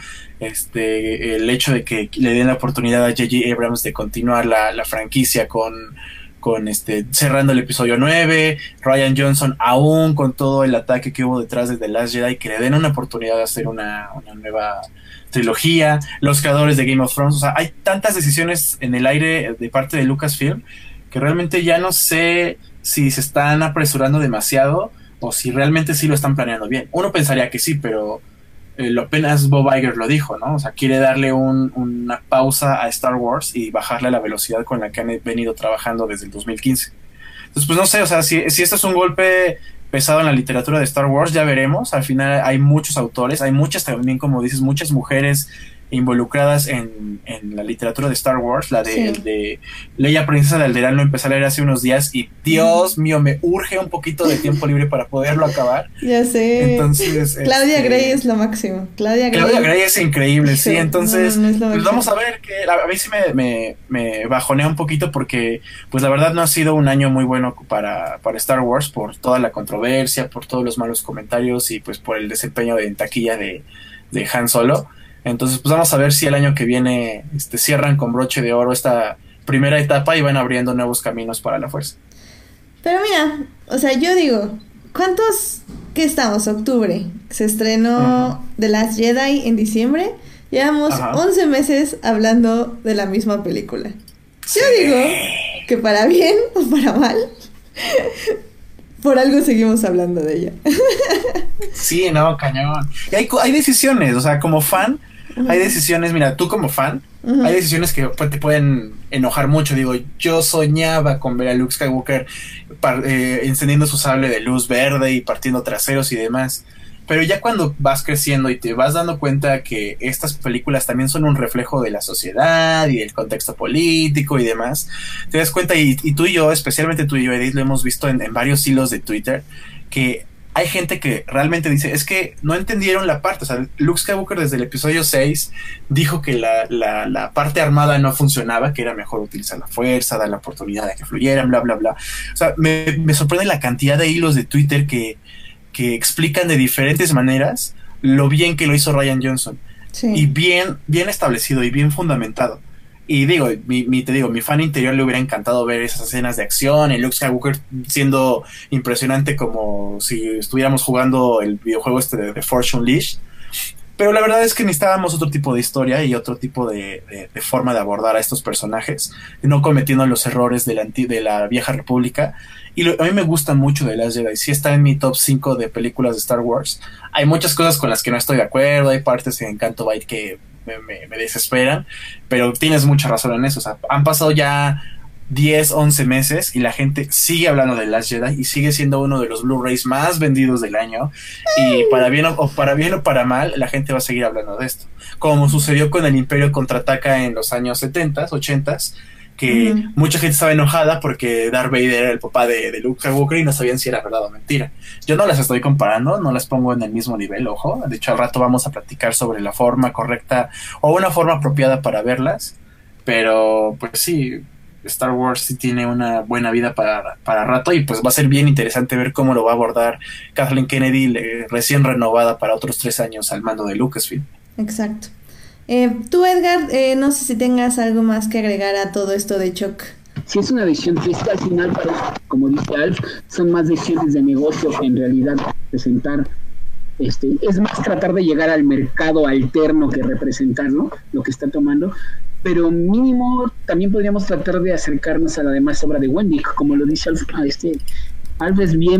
El hecho de que le den la oportunidad a J.J. Abrams de continuar la franquicia con cerrando el episodio 9, Rian Johnson aún con todo el ataque que hubo detrás de The Last Jedi, que le den una oportunidad de hacer una nueva trilogía, los creadores de Game of Thrones. O sea, hay tantas decisiones en el aire de parte de Lucasfilm que realmente ya no sé si se están apresurando demasiado o si realmente sí lo están planeando bien. Uno pensaría que sí, pero apenas Bob Iger lo dijo, ¿no? O sea, quiere darle una pausa a Star Wars y bajarle la velocidad con la que han venido trabajando desde el 2015. Entonces, pues no sé, o sea, si esto es un golpe pesado en la literatura de Star Wars, ya veremos. Al final hay muchos autores, hay muchas también, como dices, muchas mujeres involucradas en la literatura de Star Wars. La de Leia, Princesa de Alderaan, lo empecé a leer hace unos días y Dios mío, me urge un poquito de tiempo libre para poderlo acabar. Ya sé. Entonces, Claudia Gray es lo máximo. Claudia Gray es increíble, sí. Entonces, pues vamos a ver, que a ver si me bajonea un poquito, porque pues la verdad no ha sido un año muy bueno para Star Wars, por toda la controversia, por todos los malos comentarios y pues por el desempeño en taquilla de Han Solo. Entonces, pues vamos a ver si el año que viene cierran con broche de oro esta primera etapa y van abriendo nuevos caminos para la fuerza. Pero mira, o sea, yo digo, ¿qué estamos? Octubre. Se estrenó The Last Jedi en diciembre. Llevamos 11 meses hablando de la misma película. Sí. Yo digo que para bien o para mal, por algo seguimos hablando de ella. Sí, no, cañón. Y hay decisiones, o sea, como fan, hay decisiones, mira, tú como fan, hay decisiones que pues, te pueden enojar mucho. Digo, yo soñaba con ver a Luke Skywalker encendiendo su sable de luz verde y partiendo traseros y demás. Pero ya cuando vas creciendo y te vas dando cuenta que estas películas también son un reflejo de la sociedad y del contexto político y demás, te das cuenta, y tú y yo, especialmente tú y yo, Edith, lo hemos visto en varios hilos de Twitter, que hay gente que realmente dice, es que no entendieron la parte. O sea, Luke Skywalker desde el episodio 6 dijo que la parte armada no funcionaba, que era mejor utilizar la fuerza, dar la oportunidad de que fluyeran, bla, bla, bla. O sea, me sorprende la cantidad de hilos de Twitter que explican de diferentes maneras lo bien que lo hizo Rian Johnson. Sí. Y bien establecido y bien fundamentado. Y digo, mi fan interior le hubiera encantado ver esas escenas de acción, y Luke Skywalker siendo impresionante como si estuviéramos jugando el videojuego de Force Unleashed. Pero la verdad es que necesitábamos otro tipo de historia y otro tipo de forma de abordar a estos personajes, no cometiendo los errores de la vieja república. Y a mí me gusta mucho The Last Jedi. Sí está en mi top 5 de películas de Star Wars. Hay muchas cosas con las que no estoy de acuerdo, hay partes en Canto Bight que me desesperan, pero tienes mucha razón en eso. O sea, han pasado ya 10, 11 meses y la gente sigue hablando de Last Jedi y sigue siendo uno de los Blu-rays más vendidos del año, y para bien o para mal la gente va a seguir hablando de esto, como sucedió con el Imperio Contraataca en los años 70s, 80s, que mucha gente estaba enojada porque Darth Vader era el papá de Luke Skywalker y no sabían si era verdad o mentira. Yo no las estoy comparando, no las pongo en el mismo nivel, ojo. De hecho, al rato vamos a platicar sobre la forma correcta o una forma apropiada para verlas, pero pues sí, Star Wars sí tiene una buena vida para rato, y pues va a ser bien interesante ver cómo lo va a abordar Kathleen Kennedy, recién renovada para otros 3 años al mando de Lucasfilm. Exacto. Tú, Edgar, no sé si tengas algo más que agregar a todo esto de Chuck. Sí, es una decisión triste. Al final, como dice Alf, son más decisiones de negocio que en realidad presentar. Es más tratar de llegar al mercado alterno que representar, ¿no?, lo que está tomando. Pero mínimo también podríamos tratar de acercarnos a la demás obra de Wendy, como lo dice Alf. Alf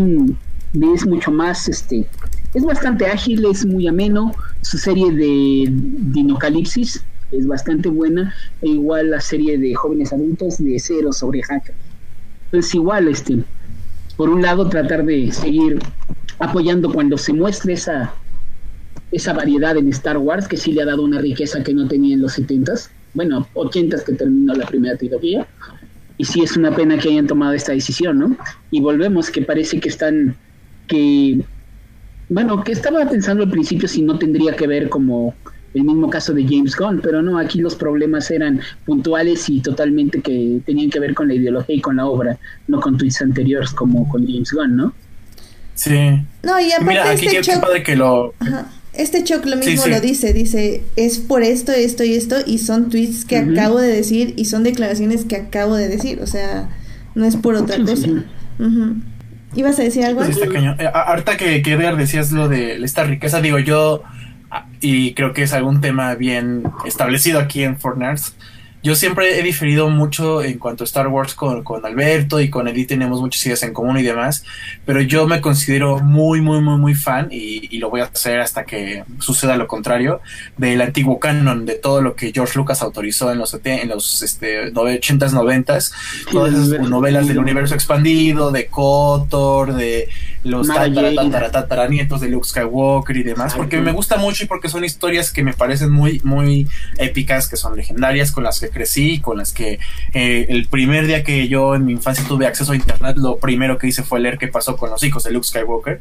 es mucho más, es bastante ágil, es muy ameno. Su serie de Dinocalipsis es bastante buena, e igual la serie de jóvenes adultos de Zero sobre Hacker. Entonces igual, por un lado tratar de seguir apoyando cuando se muestre esa variedad en Star Wars, que sí le ha dado una riqueza que no tenía en los 70s, bueno, 80s que terminó la primera trilogía. Y sí es una pena que hayan tomado esta decisión, ¿no? Y volvemos, que parece que estaba pensando al principio si no tendría que ver como el mismo caso de James Gunn, pero no, aquí los problemas eran puntuales y totalmente que tenían que ver con la ideología y con la obra, no con tweets anteriores como con James Gunn, ¿no? Sí. No, y aparte mira, aquí qué padre que lo... Ajá. Este Chuck lo mismo lo dice, es por esto y esto, y son tweets que acabo de decir y son declaraciones que acabo de decir, o sea, no es por otra cosa. ¿Ibas a decir algo? Pues ahorita que Edgar decías lo de esta riqueza, digo yo, y creo que es algún tema bien establecido aquí en Fortnite. Yo siempre he diferido mucho en cuanto a Star Wars con Alberto, y con Edith tenemos muchas ideas en común y demás, pero yo me considero muy, muy, muy, muy fan, y lo voy a hacer hasta que suceda lo contrario, del antiguo canon, de todo lo que George Lucas autorizó en los 80s, 90s, todas esas novelas del universo expandido, de KOTOR, de los tataranietos de Luke Skywalker y demás, porque me gusta mucho y porque son historias que me parecen muy, muy épicas, que son legendarias, con las que crecí, con las que el primer día que yo en mi infancia tuve acceso a internet, lo primero que hice fue leer qué pasó con los hijos de Luke Skywalker.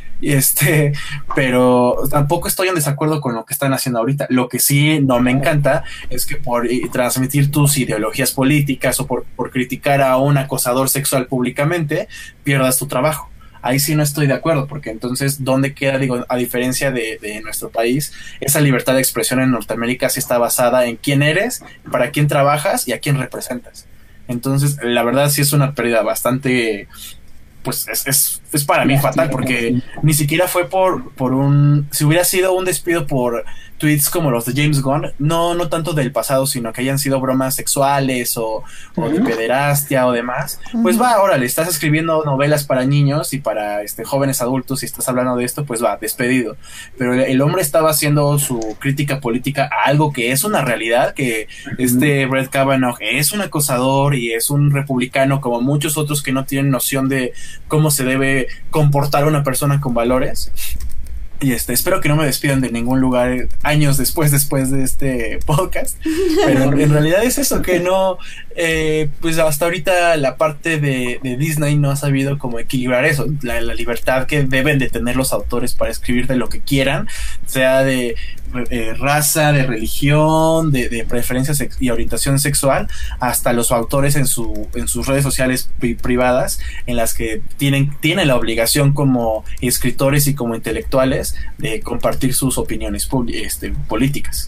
Pero tampoco estoy en desacuerdo con lo que están haciendo ahorita. Lo que sí no me encanta es que por transmitir tus ideologías políticas o por criticar a un acosador sexual públicamente pierdas tu trabajo. Ahí sí no estoy de acuerdo, porque entonces, ¿dónde queda? Digo, a diferencia de nuestro país, esa libertad de expresión en Norteamérica sí está basada en quién eres, para quién trabajas y a quién representas. Entonces, la verdad sí es una pérdida bastante pues es para mí fatal, porque ni siquiera fue por un, si hubiera sido un despido por tweets como los de James Gunn, no tanto del pasado, sino que hayan sido bromas sexuales o de pederastia o demás, pues va, órale, estás escribiendo novelas para niños y para jóvenes adultos y estás hablando de esto, pues va, despedido. Pero el hombre estaba haciendo su crítica política a algo que es una realidad, que Brett Kavanaugh es un acosador y es un republicano como muchos otros que no tienen noción de cómo se debe comportar una persona con valores. Y espero que no me despidan de ningún lugar años después de este podcast, pero en realidad es eso, que no, pues hasta ahorita la parte de Disney no ha sabido cómo equilibrar eso, la libertad que deben de tener los autores para escribir de lo que quieran, sea de raza, de religión, de preferencia y orientación sexual, hasta los autores en sus redes sociales privadas, en las que tienen la obligación como escritores y como intelectuales de compartir sus opiniones políticas.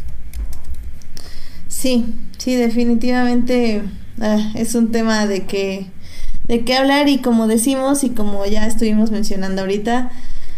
Sí, definitivamente es un tema de qué hablar, y como decimos y como ya estuvimos mencionando ahorita,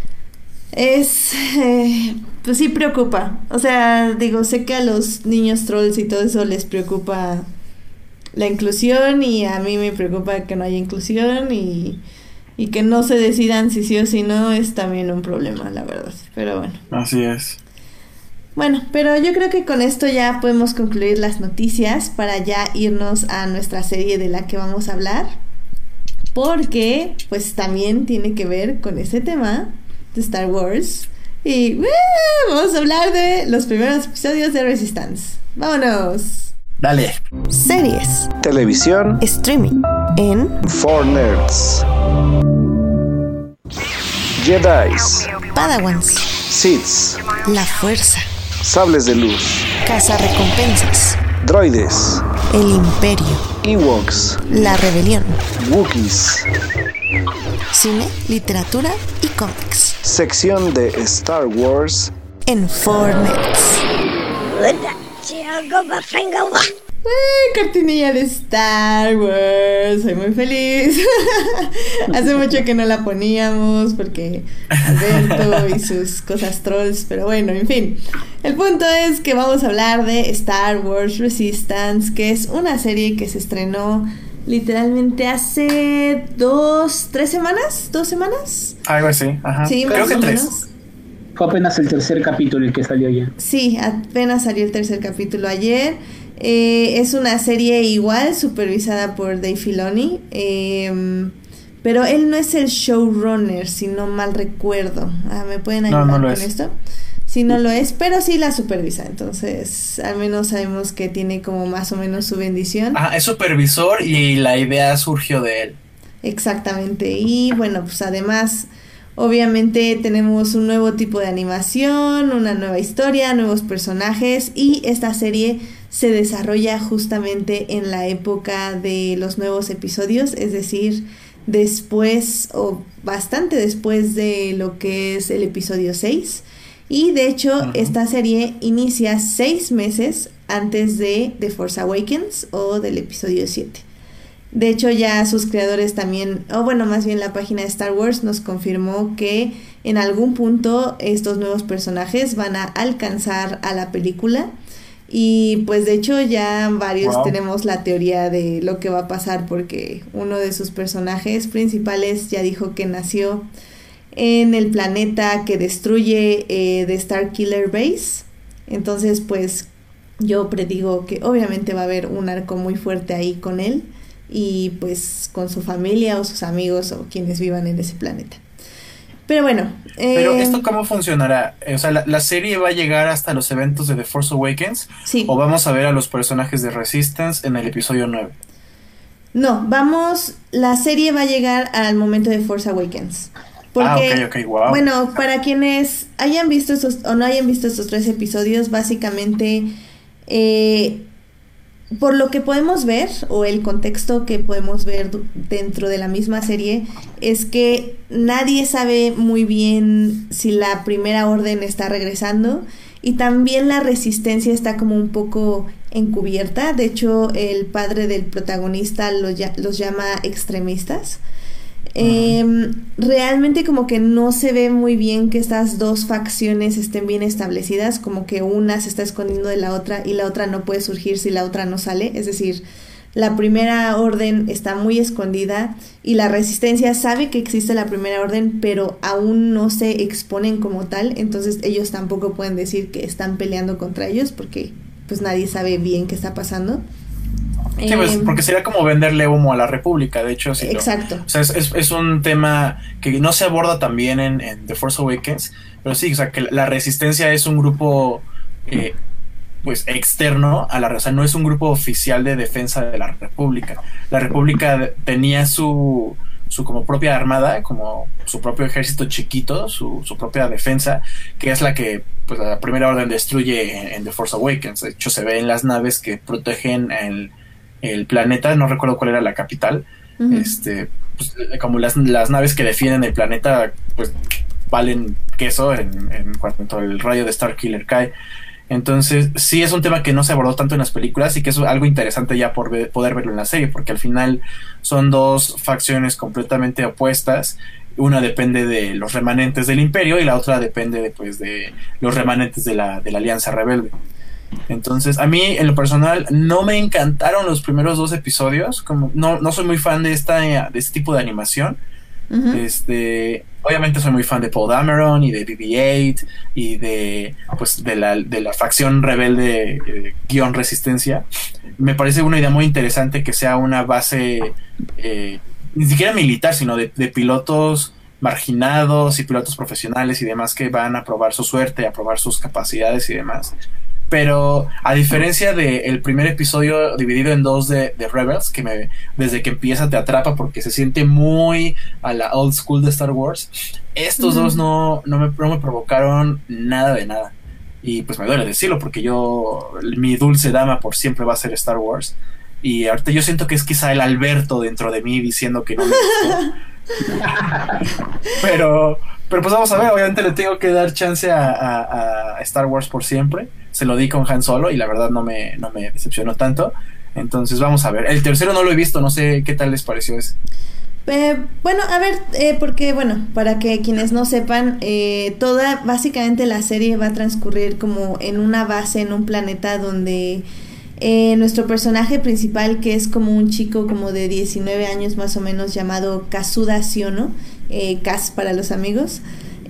pues sí preocupa. O sea, digo, sé que a los niños trolls y todo eso les preocupa la inclusión, y a mí me preocupa que no haya inclusión, y que no se decidan si sí o si no es también un problema, la verdad. Pero bueno. Así es. Bueno, pero yo creo que con esto ya podemos concluir las noticias para ya irnos a nuestra serie de la que vamos a hablar, porque pues también tiene que ver con ese tema de Star Wars, y vamos a hablar de los primeros episodios de Resistance. ¡Vámonos! Dale. Series, televisión, streaming en 4Nerds. Jedis, Padawans, Siths, la fuerza, sables de luz, cazarrecompensas, droides, el imperio, Ewoks, la rebelión, Wookiees, cine, literatura y cómics sección de Star Wars en 4Nerds. Cortinilla de Star Wars, soy muy feliz. Hace mucho que no la poníamos porque Alberto y sus cosas trolls, pero bueno, en fin. El punto es que vamos a hablar de Star Wars Resistance, que es una serie que se estrenó literalmente hace 2 semanas. Algo así, ajá. Sí, creo que 3. Menos. Fue apenas el tercer capítulo el que salió ya. Sí, apenas salió el tercer capítulo ayer. Es una serie igual supervisada por Dave Filoni, pero él no es el showrunner, si no mal recuerdo. ¿Me pueden ayudar con esto? Sí, no lo es, pero sí la supervisa. Entonces, al menos sabemos que tiene como más o menos su bendición. Es supervisor y la idea surgió de él. Exactamente. Y bueno, pues además, obviamente tenemos un nuevo tipo de animación, una nueva historia, nuevos personajes, y esta serie se desarrolla justamente en la época de los nuevos episodios, es decir, después o bastante después de lo que es el episodio 6. Y de hecho, esta serie inicia 6 meses antes de The Force Awakens o del episodio 7. De hecho, ya sus creadores también, más bien la página de Star Wars nos confirmó que en algún punto estos nuevos personajes van a alcanzar a la película. Y pues de hecho ya varios tenemos la teoría de lo que va a pasar, porque uno de sus personajes principales ya dijo que nació en el planeta que destruye The Starkiller Base. Entonces pues yo predigo que obviamente va a haber un arco muy fuerte ahí con él, y pues con su familia o sus amigos o quienes vivan en ese planeta. Pero bueno. Pero ¿esto cómo funcionará? O sea, ¿la serie va a llegar hasta los eventos de The Force Awakens? Sí. ¿O vamos a ver a los personajes de Resistance en el episodio 9? No, la serie va a llegar al momento de Force Awakens. Porque, ok, wow. Bueno, para quienes hayan visto estos o no hayan visto estos 3 episodios, básicamente, por lo que podemos ver, o el contexto que podemos ver dentro de la misma serie, es que nadie sabe muy bien si la Primera Orden está regresando, y también la Resistencia está como un poco encubierta. De hecho, el padre del protagonista los llama extremistas. Realmente como que no se ve muy bien que estas dos facciones estén bien establecidas, como que una se está escondiendo de la otra y la otra no puede surgir si la otra no sale. Es decir, la Primera Orden está muy escondida y la Resistencia sabe que existe la Primera Orden, pero aún no se exponen como tal, entonces ellos tampoco pueden decir que están peleando contra ellos porque pues nadie sabe bien qué está pasando. Sí, pues porque sería como venderle humo a la República, de hecho. Sí, exacto. O sea, es un tema que no se aborda tan bien en The Force Awakens, pero sí, o sea, que la Resistencia es un grupo pues externo a la, o sea, no es un grupo oficial de defensa de la República. La República tenía su como propia armada, como su propio ejército chiquito, su propia defensa, que es la que pues la Primera Orden destruye en The Force Awakens. De hecho, se ve en las naves que protegen el planeta, no recuerdo cuál era la capital. Uh-huh. Pues, como las naves que defienden el planeta, pues valen queso en cuanto el rayo de Starkiller cae. Entonces, sí es un tema que no se abordó tanto en las películas y que es algo interesante ya por poder verlo en la serie, porque al final son dos facciones completamente opuestas. Una depende de los remanentes del Imperio y la otra depende de los remanentes de la Alianza Rebelde. Entonces, a mí en lo personal no me encantaron los primeros 2 episodios, como no soy muy fan de este tipo de animación. Uh-huh. Obviamente soy muy fan de Poe Dameron y de BB-8 y de la facción rebelde guión Resistencia. Me parece una idea muy interesante que sea una base ni siquiera militar, sino de pilotos marginados y pilotos profesionales y demás que van a probar su suerte, a probar sus capacidades y demás. Pero a diferencia del primer episodio dividido en 2 de Rebels, que desde que empieza te atrapa porque se siente muy a la old school de Star Wars, estos dos no me provocaron nada de nada. Y pues me duele decirlo porque mi dulce dama por siempre va a ser Star Wars. Y ahorita yo siento que es quizá el Alberto dentro de mí diciendo que no me gustó. pero pues vamos a ver, obviamente le tengo que dar chance a Star Wars por siempre. Se lo di con Han Solo y la verdad no me decepcionó tanto. Entonces vamos a ver. El tercero no lo he visto, no sé qué tal les pareció ese. Bueno, a ver, porque bueno, para que quienes no sepan, básicamente la serie va a transcurrir como en una base, en un planeta donde nuestro personaje principal, que es como un chico como de 19 años más o menos, llamado Kazuda Siono, Kaz para los amigos,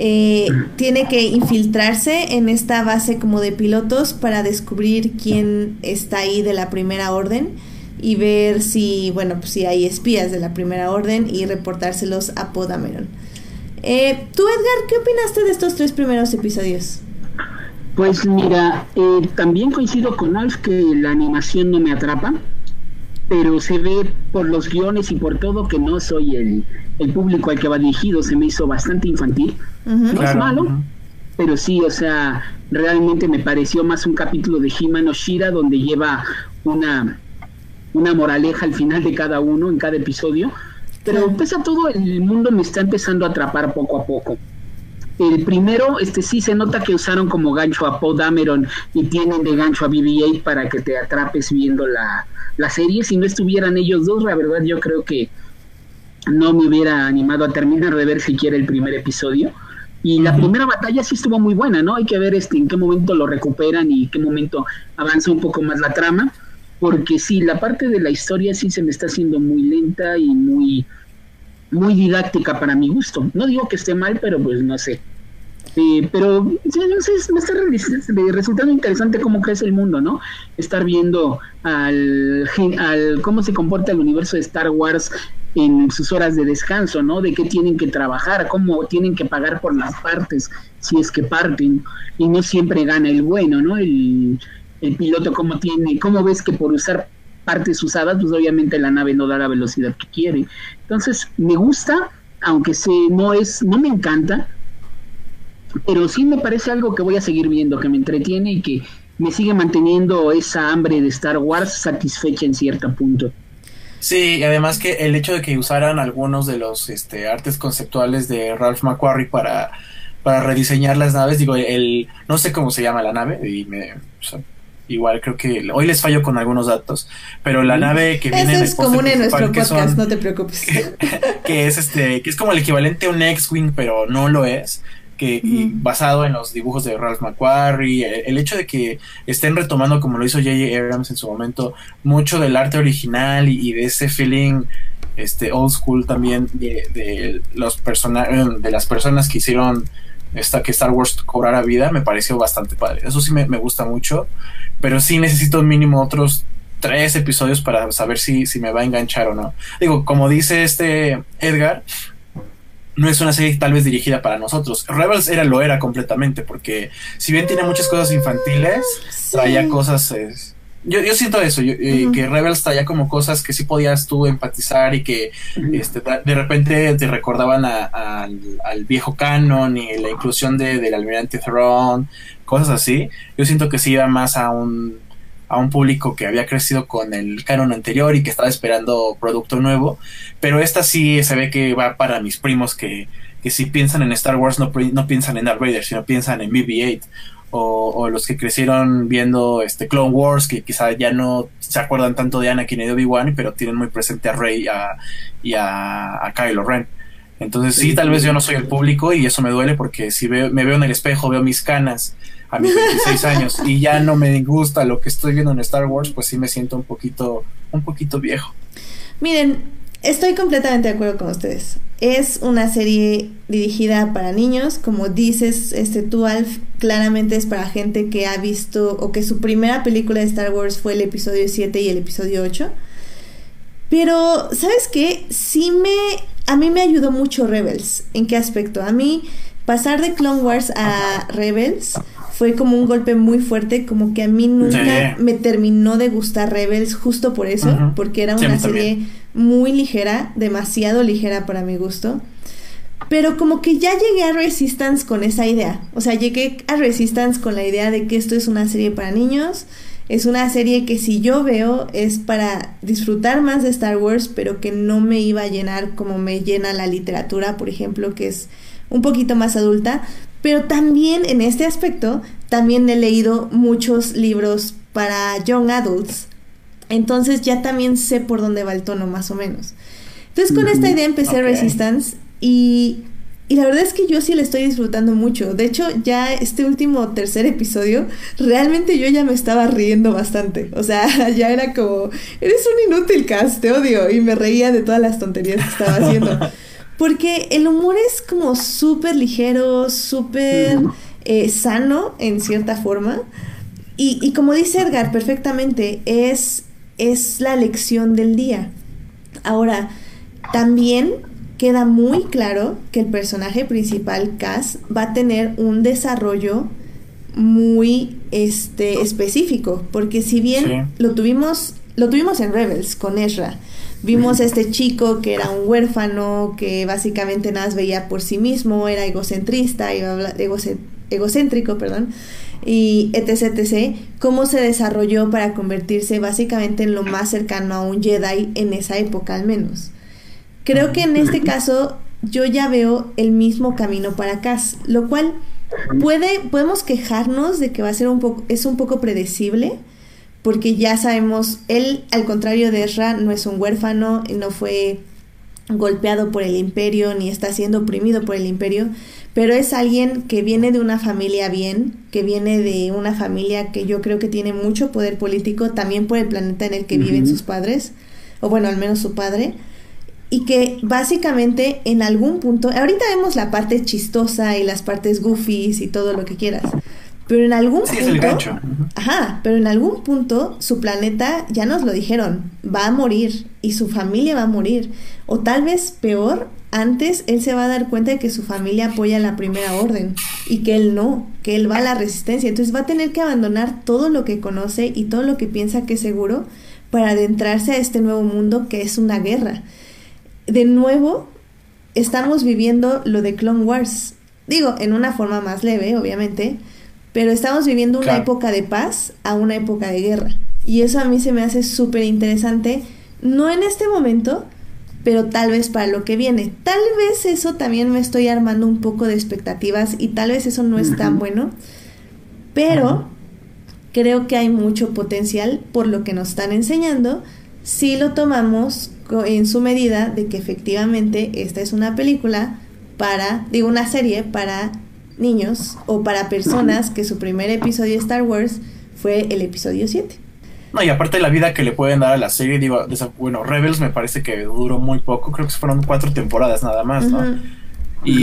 tiene que infiltrarse en esta base como de pilotos para descubrir quién está ahí de la Primera Orden y ver si hay espías de la Primera Orden y reportárselos a Poe Dameron. Tú, Edgar, ¿qué opinaste de estos 3 primeros episodios? Pues mira, también coincido con Alf que la animación no me atrapa, pero se ve por los guiones y por todo que no soy el público al que va dirigido. Se me hizo bastante infantil. Uh-huh. No claro, es malo, uh-huh. Pero sí, o sea, realmente me pareció más un capítulo de He-Man o She-Ra donde lleva una moraleja al final de cada uno, en cada episodio. Pero pese a todo, el mundo me está empezando a atrapar poco a poco. El primero, sí se nota que usaron como gancho a Poe Dameron y tienen de gancho a BB-8 para que te atrapes viendo la serie. Si no estuvieran ellos dos, la verdad yo creo que no me hubiera animado a terminar de ver siquiera el primer episodio. Y la primera batalla sí estuvo muy buena, ¿no? Hay que ver en qué momento lo recuperan y qué momento avanza un poco más la trama, porque sí, la parte de la historia sí se me está haciendo muy lenta y muy didáctica para mi gusto. No digo que esté mal, pero pues no sé. Pero sí, no sé, me está resultando interesante cómo crece el mundo, ¿no? Estar viendo al cómo se comporta el universo de Star Wars en sus horas de descanso, ¿no? De qué tienen que trabajar, cómo tienen que pagar por las partes, si es que parten, y no siempre gana el bueno, ¿no? El piloto cómo ves que por usar partes usadas, pues obviamente la nave no da la velocidad que quiere. Entonces, me gusta, aunque no me encanta, pero sí me parece algo que voy a seguir viendo, que me entretiene y que me sigue manteniendo esa hambre de Star Wars satisfecha en cierto punto. Sí, y además que el hecho de que usaran algunos de los artes conceptuales de Ralph McQuarrie para rediseñar las naves, digo, no sé cómo se llama la nave, y igual creo que hoy les fallo con algunos datos, pero la nave que viene eso en es el póster común en nuestro principal, podcast, son, no te preocupes. que es como el equivalente a un X-Wing, pero no lo es, y basado en los dibujos de Ralph McQuarrie, el hecho de que estén retomando, como lo hizo J.J. Abrams en su momento, mucho del arte original y de ese feeling old school también de los de las personas que hicieron que Star Wars cobrara vida, me pareció bastante padre. Eso sí me gusta mucho, pero sí necesito mínimo otros 3 episodios para saber si me va a enganchar o no. Digo, como dice Edgar, no es una serie tal vez dirigida para nosotros. Rebels lo era completamente, porque si bien tiene muchas cosas infantiles, traía cosas... Yo siento eso, que Rebels traía como cosas que sí podías tú empatizar y que de repente te recordaban al viejo canon y la inclusión del Almirante Thrawn, cosas así. Yo siento que sí iba más a un público que había crecido con el canon anterior y que estaba esperando producto nuevo, pero esta sí se ve que va para mis primos que si piensan en Star Wars no piensan en Darth Vader, sino piensan en BB-8, o los que crecieron viendo Clone Wars, que quizá ya no se acuerdan tanto de Anakin y de Obi-Wan, pero tienen muy presente a Rey y a Kylo Ren. Entonces sí, tal vez yo no soy el público y eso me duele, porque si me veo en el espejo, veo mis canas a mis 26 años y ya no me gusta lo que estoy viendo en Star Wars, pues sí me siento un poquito viejo. Miren, estoy completamente de acuerdo con ustedes. Es una serie dirigida para niños, como dices, tú, Alf, claramente es para gente que ha visto, o que su primera película de Star Wars fue el episodio 7 y el episodio 8. Pero, ¿sabes qué? A mí me ayudó mucho Rebels. ¿En qué aspecto? A mí, pasar de Clone Wars a Rebels fue como un golpe muy fuerte, como que a mí nunca me terminó de gustar Rebels, justo por eso, porque era una serie muy ligera, demasiado ligera para mi gusto. Pero como que ya llegué a Resistance con esa idea. O sea, llegué a Resistance con la idea de que esto es una serie para niños. Es una serie que si yo veo es para disfrutar más de Star Wars, pero que no me iba a llenar como me llena la literatura, por ejemplo, que es un poquito más adulta. Pero también en este aspecto, también he leído muchos libros para young adults. Entonces ya también sé por dónde va el tono más o menos. Entonces con esta idea empecé Resistance y la verdad es que yo sí la estoy disfrutando mucho. De hecho, ya último tercer episodio, realmente yo ya me estaba riendo bastante. O sea, ya era como, eres un inútil, Cass, te odio. Y me reía de todas las tonterías que estaba haciendo. Porque el humor es como súper ligero, súper sano en cierta forma. Y como dice Edgar perfectamente, es la lección del día. Ahora, también queda muy claro que el personaje principal, Cass, va a tener un desarrollo muy específico, porque si bien lo tuvimos en Rebels con Ezra, vimos a este chico que era un huérfano, que básicamente nada más veía por sí mismo, era egocentrista, egocéntrico, y etc, cómo se desarrolló para convertirse básicamente en lo más cercano a un Jedi en esa época al menos. Creo que en este caso yo ya veo el mismo camino para Cass, lo cual podemos quejarnos de que va a ser un poco predecible, porque ya sabemos, él, al contrario de Ezra, no es un huérfano, no fue golpeado por el Imperio, ni está siendo oprimido por el Imperio, pero es alguien que viene de una familia que viene de una familia que yo creo que tiene mucho poder político, también por el planeta en el que viven sus padres, o bueno, al menos su padre, y que básicamente en algún punto, ahorita vemos la parte chistosa y las partes goofies y todo lo que quieras, pero en algún punto, es el gancho. Pero en algún punto su planeta, ya nos lo dijeron, va a morir y su familia va a morir, o tal vez peor, antes él se va a dar cuenta de que su familia apoya la Primera Orden y que él no, que él va a la Resistencia, entonces va a tener que abandonar todo lo que conoce y todo lo que piensa que es seguro para adentrarse a este nuevo mundo que es una guerra. De nuevo, estamos viviendo lo de Clone Wars. Digo, en una forma más leve, obviamente, pero estamos viviendo una época de paz a una época de guerra. Y eso a mí se me hace súper interesante, no en este momento, pero tal vez para lo que viene. Tal vez eso también me estoy armando un poco de expectativas y tal vez eso no es tan bueno, pero creo que hay mucho potencial por lo que nos están enseñando si lo tomamos en su medida de que efectivamente esta es una película una serie para niños o para personas que su primer episodio de Star Wars fue el episodio 7. No, y aparte la vida que le pueden dar a la serie, bueno, Rebels me parece que duró muy poco, creo que fueron 4 temporadas nada más, ¿no? Uh-huh. Y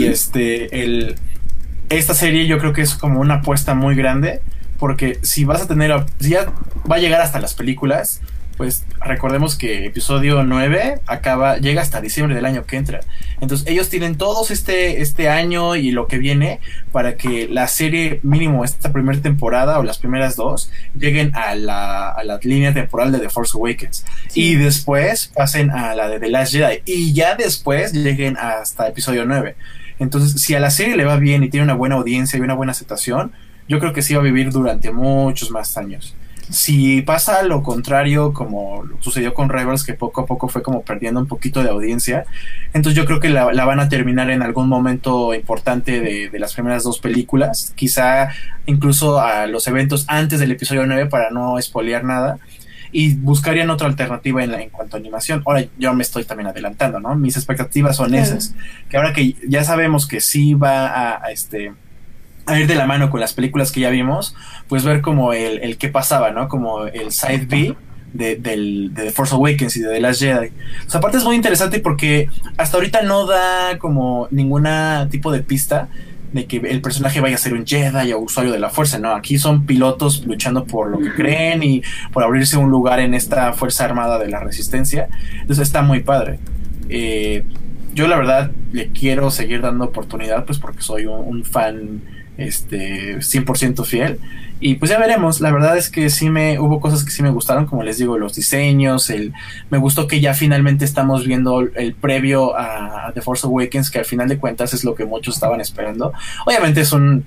esta serie yo creo que es como una apuesta muy grande, porque si ya va a llegar hasta las películas, pues recordemos que episodio 9 llega hasta diciembre del año que entra. Entonces ellos tienen todos este año y lo que viene para que la serie, mínimo esta primera temporada o las primeras 2, lleguen a la línea temporal de The Force Awakens. Sí. Y después pasen a la de The Last Jedi. Y ya después lleguen hasta episodio 9. Entonces, si a la serie le va bien y tiene una buena audiencia y una buena aceptación, yo creo que sí va a vivir durante muchos más años. Si pasa lo contrario, como sucedió con Rebels, que poco a poco fue como perdiendo un poquito de audiencia, entonces yo creo que la van a terminar en algún momento importante de las primeras 2 películas, quizá incluso a los eventos antes del episodio 9 para no spoilear nada, y buscarían otra alternativa en cuanto a animación. Ahora yo me estoy también adelantando, ¿no? Mis expectativas son esas, que ahora que ya sabemos que sí va a ir de la mano con las películas que ya vimos, pues ver como el qué pasaba, ¿no? Como el side B de The Force Awakens y de The Last Jedi. O sea, aparte es muy interesante porque hasta ahorita no da como ninguna tipo de pista de que el personaje vaya a ser un Jedi o usuario de la fuerza, ¿no? Aquí son pilotos luchando por lo que creen y por abrirse un lugar en esta fuerza armada de la resistencia. Entonces está muy padre. Yo la verdad le quiero seguir dando oportunidad, pues porque soy un fan 100% fiel, y pues ya veremos. La verdad es que hubo cosas que sí me gustaron, como les digo, los diseños, me gustó que ya finalmente estamos viendo el previo a The Force Awakens, que al final de cuentas es lo que muchos estaban esperando. Obviamente es un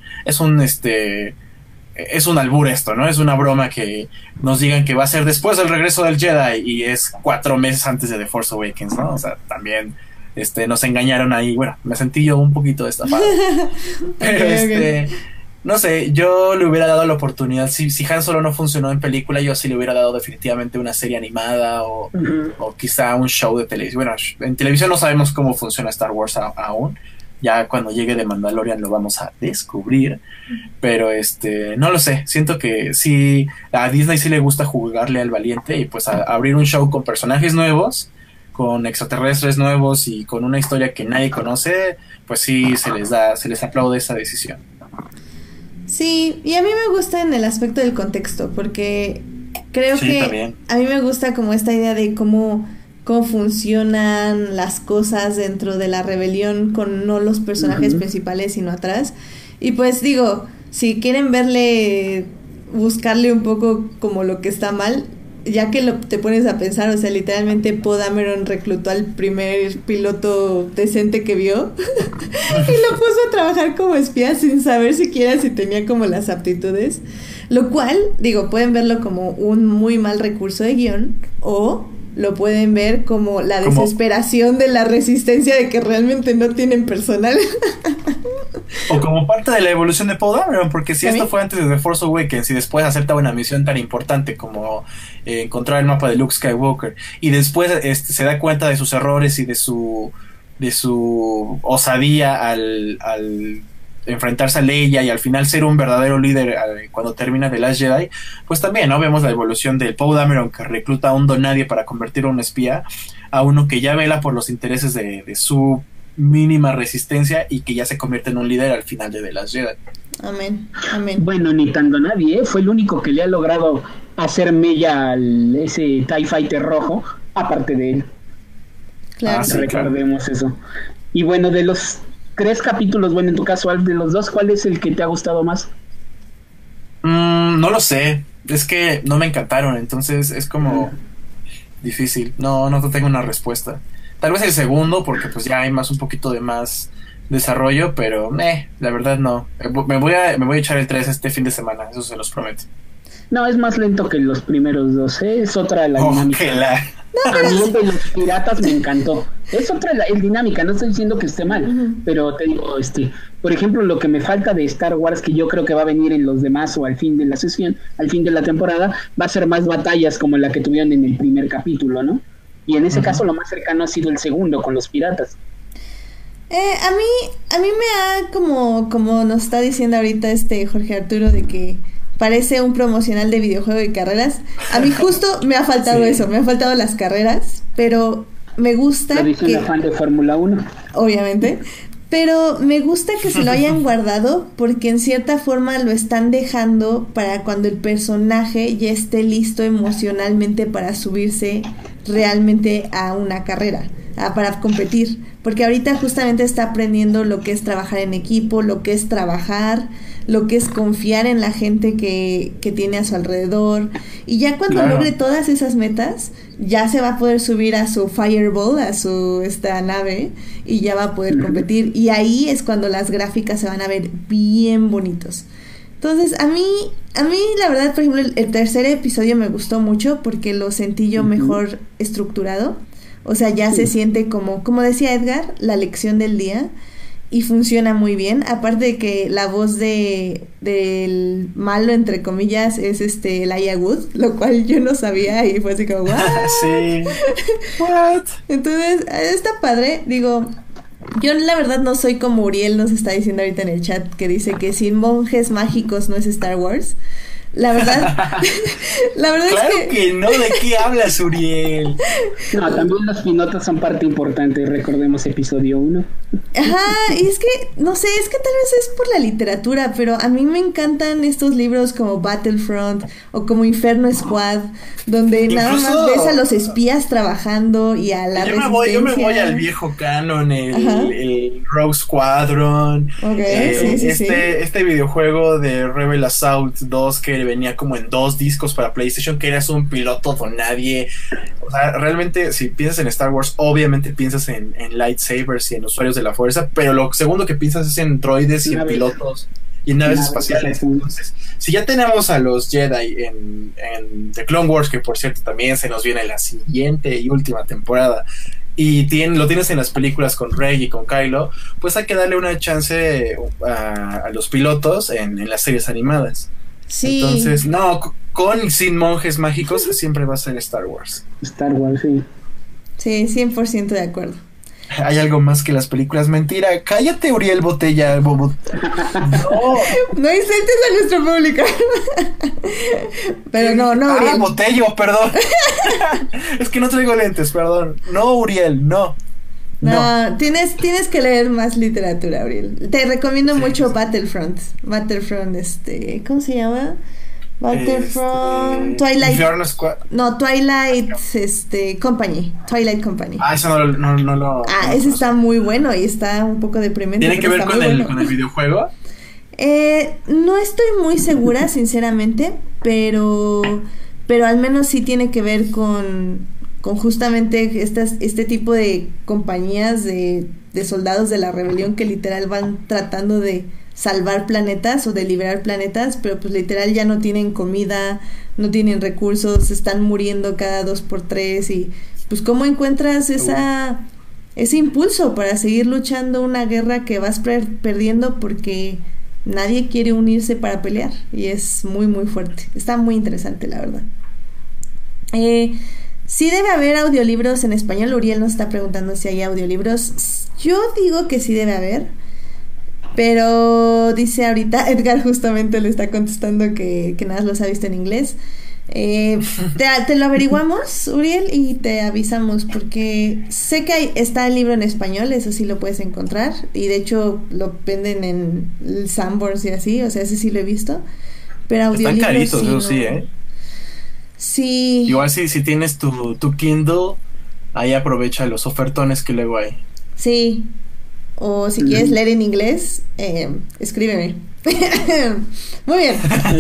albur esto, ¿no? Es una broma que nos digan que va a ser después del regreso del Jedi y es 4 meses antes de The Force Awakens, ¿no? O sea, también nos engañaron ahí. Bueno, me sentí yo un poquito estafado. Pero okay. No sé, yo le hubiera dado la oportunidad. Si Han Solo no funcionó en película, yo sí le hubiera dado definitivamente una serie animada o quizá un show de televisión. Bueno, en televisión no sabemos cómo funciona Star Wars aún. Ya cuando llegue The Mandalorian lo vamos a descubrir. Pero no lo sé. Siento que sí, a Disney sí le gusta jugarle al valiente y pues abrir un show con personajes nuevos, con extraterrestres nuevos y con una historia que nadie conoce, pues sí se les aplaude esa decisión. Sí, y a mí me gusta en el aspecto del contexto, porque creo que también. A mí me gusta como esta idea de cómo funcionan las cosas dentro de la rebelión con no los personajes principales sino atrás. Y pues digo, si quieren buscarle un poco como lo que está mal, ya que te pones a pensar, o sea, literalmente Poe Dameron reclutó al primer piloto decente que vio y lo puso a trabajar como espía sin saber siquiera si tenía como las aptitudes, lo cual, digo, pueden verlo como un muy mal recurso de guión o lo pueden ver como la desesperación de la resistencia de que realmente no tienen personal. O como parte de la evolución de Poe Dameron, porque si esto fue antes de The Force Awakens y después acepta una misión tan importante como encontrar el mapa de Luke Skywalker y después se da cuenta de sus errores y de su osadía al enfrentarse a Leia y al final ser un verdadero líder cuando termina The Last Jedi, pues también, ¿no? Vemos la evolución del Poe Dameron que recluta a un donadie para convertirlo en un espía, a uno que ya vela por los intereses de su mínima resistencia y que ya se convierte en un líder al final de The Last Jedi. Amén, amén. Bueno, ni tanto nadie, fue el único que le ha logrado hacer mella ese TIE Fighter rojo, aparte de él. Claro. Sí, recordemos eso. Y bueno, de los 3 capítulos, bueno, en tu caso, Alf, de los 2, ¿cuál es el que te ha gustado más? No lo sé, es que no me encantaron, entonces es como difícil, no tengo una respuesta. Tal vez el segundo, porque pues ya hay un poquito de más desarrollo, pero la verdad no. Me voy a echar el 3 este fin de semana, eso se los prometo. No, es más lento que los primeros 2, ¿eh? Es otra la dinámica. A mí el de los piratas me encantó. Es otra el dinámica, no estoy diciendo que esté mal, pero te digo, por ejemplo, lo que me falta de Star Wars, que yo creo que va a venir en los demás o al fin de la sesión, al fin de la temporada, va a ser más batallas como la que tuvieron en el primer capítulo, ¿no? Y en ese caso lo más cercano ha sido el segundo con los piratas. A mí me ha como nos está diciendo ahorita Jorge Arturo de que parece un promocional de videojuego y carreras. A mí justo me ha faltado eso, me han faltado las carreras, pero me gusta lo dice una fan de Fórmula 1. Obviamente, pero me gusta que se lo hayan guardado porque en cierta forma lo están dejando para cuando el personaje ya esté listo emocionalmente para subirse realmente a una carrera, para competir, porque ahorita justamente está aprendiendo lo que es trabajar en equipo, lo que es trabajar, lo que es confiar en la gente que tiene a su alrededor, y ya cuando logre todas esas metas, ya se va a poder subir a su Fireball, a su nave, y ya va a poder competir, y ahí es cuando las gráficas se van a ver bien bonitos. Entonces, a mí la verdad, por ejemplo, el tercer episodio me gustó mucho porque lo sentí yo mejor estructurado. O sea, ya se siente como decía Edgar, la lección del día, y funciona muy bien. Aparte de que la voz del malo, entre comillas, es Elijah Wood, lo cual yo no sabía y fue así como, ¿what? Sí. ¿What? Entonces, está padre, digo. Yo la verdad no soy como Uriel nos está diciendo ahorita en el chat, que dice que sin monjes mágicos no es Star Wars. La verdad claro es que no, ¿de qué hablas, Uriel? No, también las pinotas son parte importante, recordemos episodio 1. Ajá, y es que, no sé, es que tal vez es por la literatura, pero a mí me encantan estos libros como Battlefront o como Inferno Squad, donde incluso nada más ves a los espías trabajando y a la resistencia. Yo me voy al viejo canon, el Rogue Squadron, este videojuego de Rebel Assault 2 que venía como en 2 discos para PlayStation, que eras un piloto don nadie. O sea, realmente si piensas en Star Wars, obviamente piensas en lightsabers y en usuarios de la fuerza, pero lo segundo que piensas es en droides y en pilotos y en naves espaciales. Entonces, si ya tenemos a los Jedi en The Clone Wars, que por cierto también se nos viene la siguiente y última temporada, y lo tienes en las películas con Rey y con Kylo, pues hay que darle una chance a los pilotos en las series animadas. Sí. Entonces, no, con y sin monjes mágicos siempre va a ser Star Wars. Star Wars, sí. Sí, 100% de acuerdo. Hay algo más que las películas. Mentira, cállate, Uriel Botella. No insultes a nuestro público. Pero no, Uriel. Botello, perdón. Es que no traigo lentes, perdón. No, Uriel, no. No, tienes que leer más literatura, Uriel. Te recomiendo mucho Battlefront. ¿Cómo se llama? Battlefront, Twilight. No, Twilight, Company. Twilight Company. Eso no lo. Ese está muy bueno y está un poco deprimente. ¿Tiene que ver con el videojuego? No estoy muy segura, sinceramente, pero al menos sí tiene que ver con justamente este tipo de compañías de soldados de la rebelión que literal van tratando de salvar planetas o de liberar planetas, pero pues literal ya no tienen comida, no tienen recursos, están muriendo cada 2x3 y pues ¿cómo encuentras ese impulso para seguir luchando una guerra que vas perdiendo porque nadie quiere unirse para pelear? Y es muy muy fuerte, está muy interesante la verdad. Sí debe haber audiolibros en español. Uriel nos está preguntando si hay audiolibros. Yo digo que sí debe haber, pero dice ahorita, Edgar justamente le está contestando que nada los ha visto en inglés. Te lo averiguamos, Uriel, y te avisamos, porque sé que está el libro en español, eso sí lo puedes encontrar, y de hecho lo venden en el Sanborns y así, o sea, ese sí lo he visto, pero audiolibros están caritos, sí, eso sí, Sí. Igual si tienes tu Kindle, ahí aprovecha los ofertones que luego hay. Sí. O si quieres leer en inglés, escríbeme. Muy bien.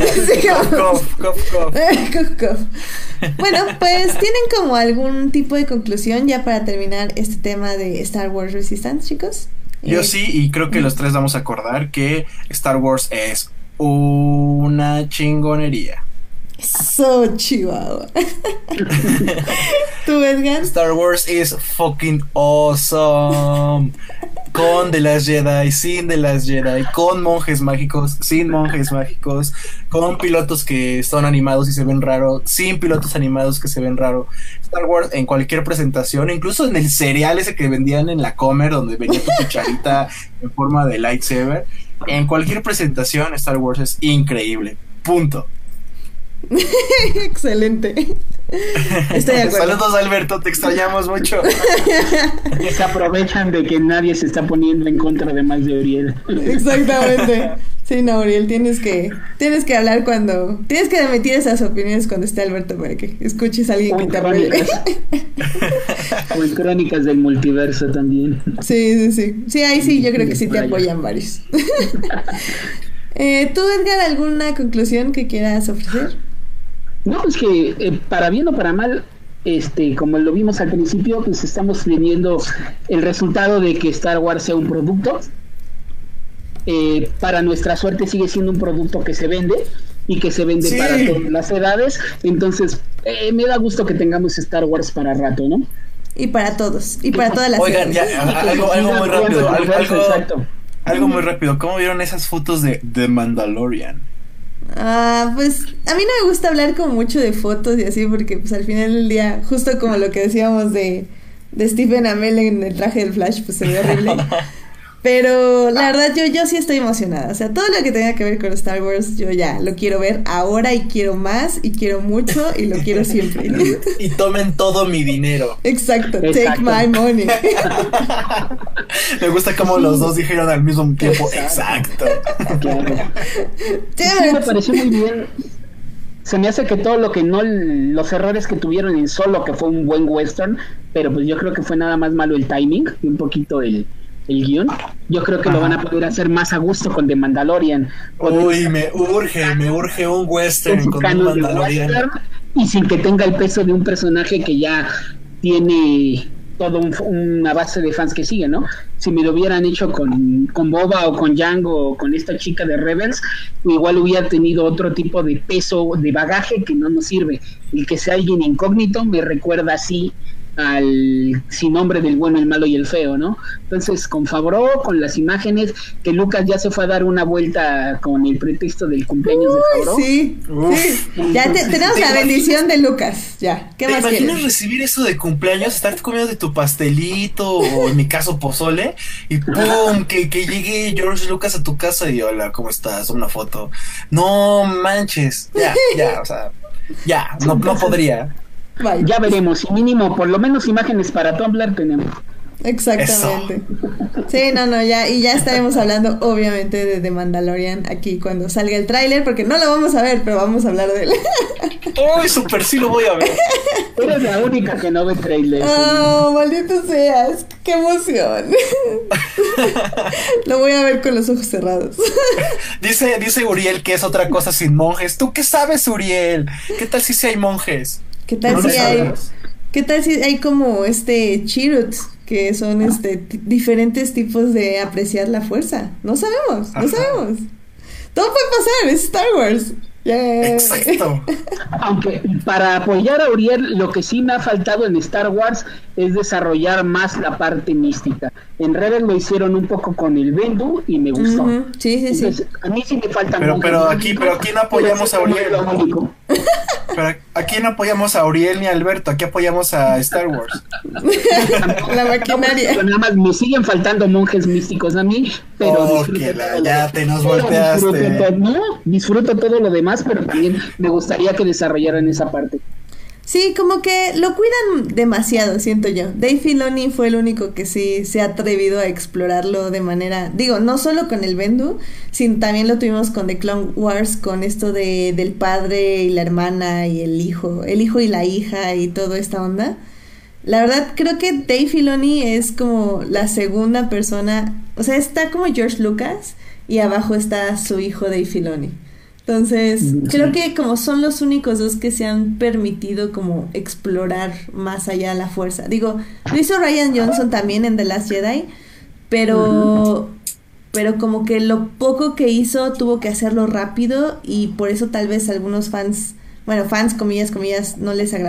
Bueno, pues ¿tienen como algún tipo de conclusión ya para terminar este tema de Star Wars Resistance, chicos? Yo sí, y creo que los tres vamos a acordar que Star Wars es una chingonería. Eso, Chihuahua. ¿Tú, Edgar? Star Wars is fucking awesome. Con The Last Jedi, sin The Last Jedi, con monjes mágicos, sin monjes mágicos, con pilotos que son animados y se ven raro, sin pilotos animados que se ven raro. Star Wars en cualquier presentación, incluso en el cereal ese que vendían en la Comer, donde venía tu cucharita en forma de lightsaber. En cualquier presentación, Star Wars es increíble. Punto. Excelente. Estoy de acuerdo. Saludos, Alberto, te extrañamos mucho. Se aprovechan de que nadie se está poniendo en contra de más de Uriel. Exactamente. Sí, no, Uriel, tienes que hablar cuando... Tienes que emitir esas opiniones cuando esté Alberto para que escuches a alguien que te apoye. O en Crónicas del Multiverso también. Sí. Sí, ahí sí, yo creo que sí te apoyan varios. ¿Tú, Edgar, alguna conclusión que quieras ofrecer? No, pues que para bien o para mal, como lo vimos al principio, pues estamos teniendo el resultado de que Star Wars sea un producto. Para nuestra suerte sigue siendo un producto que se vende y que se vende para todas las edades. Entonces, me da gusto que tengamos Star Wars para rato, ¿no? Y para todos, y para todas las edades. Oigan, algo muy rápido. Algo muy Mm. rápido. ¿Cómo vieron esas fotos de The Mandalorian? Pues a mí no me gusta hablar como mucho de fotos y así, porque pues al final del día, justo como lo que decíamos de Stephen Amell en el traje del Flash, pues se ve horrible. Pero la verdad yo sí estoy emocionada. O sea, todo lo que tenga que ver con Star Wars, yo ya lo quiero ver ahora y quiero más y quiero mucho y lo quiero siempre. Y tomen todo mi dinero. Exacto. Take my money. Me gusta cómo los dos dijeron al mismo tiempo. Exacto. Claro. Sí, me pareció muy bien. Se me hace que todo lo que no, los errores que tuvieron en Solo, que fue un buen western, pero pues yo creo que fue nada más malo el timing y un poquito el guión. Yo creo que lo van a poder hacer más a gusto con The Mandalorian. Uy, me urge un western con The Mandalorian. Y sin que tenga el peso de un personaje que ya tiene todo una base de fans que sigue, ¿no? Si me lo hubieran hecho con Boba o con Jango o con esta chica de Rebels, igual hubiera tenido otro tipo de peso, de bagaje que no nos sirve. El que sea alguien incógnito me recuerda así al sin nombre del bueno, el malo y el feo, ¿no? Entonces, con Favreau, con las imágenes, que Lucas ya se fue a dar una vuelta con el pretexto del cumpleaños de Favreau. Sí. Ya tenemos la bendición de Lucas, ya. ¿Qué más quieres? ¿Te imaginas recibir eso de cumpleaños, estar comiendo de tu pastelito, o en mi caso pozole, y ¡pum! que llegue George Lucas a tu casa y hola, ¿cómo estás? Una foto. No manches, ya, o sea, ya, no podría. Vaya. Ya veremos, y mínimo, por lo menos imágenes para Tumblr tenemos. Exactamente. Eso. Sí, ya estaremos hablando obviamente de The Mandalorian aquí cuando salga el tráiler, porque no lo vamos a ver, pero vamos a hablar de él. ¡Uy, súper sí lo voy a ver! Eres la única que no ve trailers. ¡Oh, maldito seas! ¡Qué emoción! Lo voy a ver con los ojos cerrados. Dice Uriel que es otra cosa sin monjes. ¿Tú qué sabes, Uriel? ¿Qué tal si hay monjes? ¿Qué tal si hay? ¿Qué tal si hay como Chirrut, que son diferentes tipos de apreciar la fuerza? No sabemos. Todo puede pasar, es Star Wars. Yeah. Exacto. Aunque para apoyar a Uriel, lo que sí me ha faltado en Star Wars es desarrollar más la parte mística. En Rebels lo hicieron un poco con el Bendu y me gustó. Sí. Entonces, a mí sí me faltan. Pero aquí no apoyamos a Uriel. Pero aquí no apoyamos a Uriel ni a Alberto, aquí apoyamos a Star Wars. La maquinaria. Nada más me siguen faltando monjes místicos a mí, pero ya te nos volteaste. Disfruto todo lo demás, pero también me gustaría que desarrollaran esa parte. Sí, como que lo cuidan demasiado, siento yo. Dave Filoni fue el único que sí se ha atrevido a explorarlo de manera... Digo, no solo con el Bendu, sino también lo tuvimos con The Clone Wars, con esto del padre y la hermana y el hijo y la hija y toda esta onda. La verdad, creo que Dave Filoni es como la segunda persona... O sea, está como George Lucas y abajo está su hijo Dave Filoni. Entonces, creo que como son los únicos dos que se han permitido como explorar más allá la fuerza. Digo, lo hizo Rian Johnson también en The Last Jedi, pero como que lo poco que hizo tuvo que hacerlo rápido y por eso tal vez algunos fans comillas, no les agradó,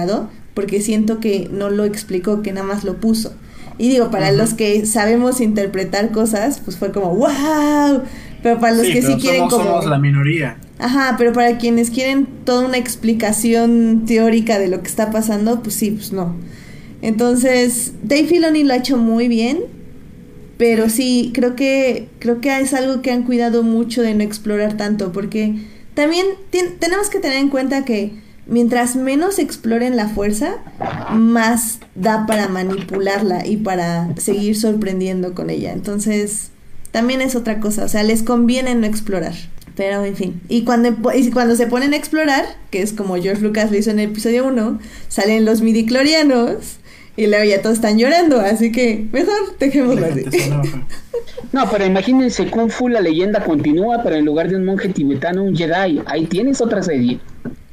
porque siento que no lo explicó, que nada más lo puso. Y digo, para los que sabemos interpretar cosas, pues fue como ¡wow! Pero para los que sí quieren somos la minoría. Ajá, pero para quienes quieren toda una explicación teórica de lo que está pasando, pues sí, pues no. Entonces, Dave Filoni lo ha hecho muy bien, pero sí, creo que es algo que han cuidado mucho de no explorar tanto, porque también tenemos que tener en cuenta que mientras menos exploren la fuerza, más da para manipularla y para seguir sorprendiendo con ella. Entonces, también es otra cosa, o sea, les conviene no explorar. Pero en fin, y cuando se ponen a explorar, que es como George Lucas lo hizo en el episodio 1, salen los midichlorianos y luego ya todos están llorando, así que mejor dejémoslo así. No, pero imagínense, Kung Fu, la leyenda continúa, pero en lugar de un monje tibetano, un Jedi. Ahí tienes otra serie.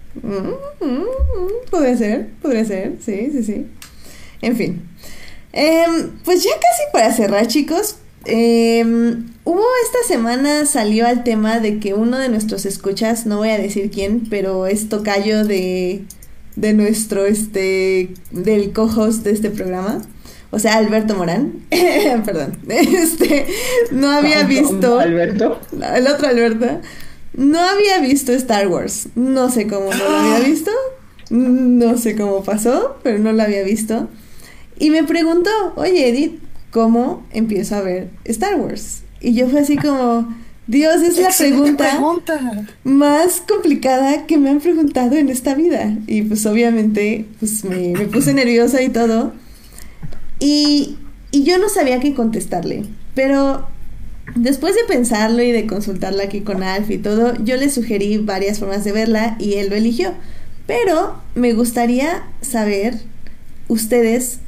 Podría ser, sí. En fin, pues ya casi para cerrar, chicos. Hubo esta semana, salió al tema de que uno de nuestros escuchas, no voy a decir quién, pero es tocayo de nuestro del co-host de este programa, o sea, Alberto Morán. Perdón, no había visto ¿Alberto? El otro Alberto no había visto Star Wars. No sé cómo no lo había visto, no sé cómo pasó, pero no lo había visto. Y me preguntó, oye Edith, ¿cómo empiezo a ver Star Wars? Y yo fue así como, Dios, es la pregunta más complicada que me han preguntado en esta vida. Y pues obviamente pues me puse nerviosa y todo. Y yo no sabía qué contestarle. Pero después de pensarlo y de consultarla aquí con Alf y todo, yo le sugerí varias formas de verla y él lo eligió. Pero me gustaría saber, ustedes,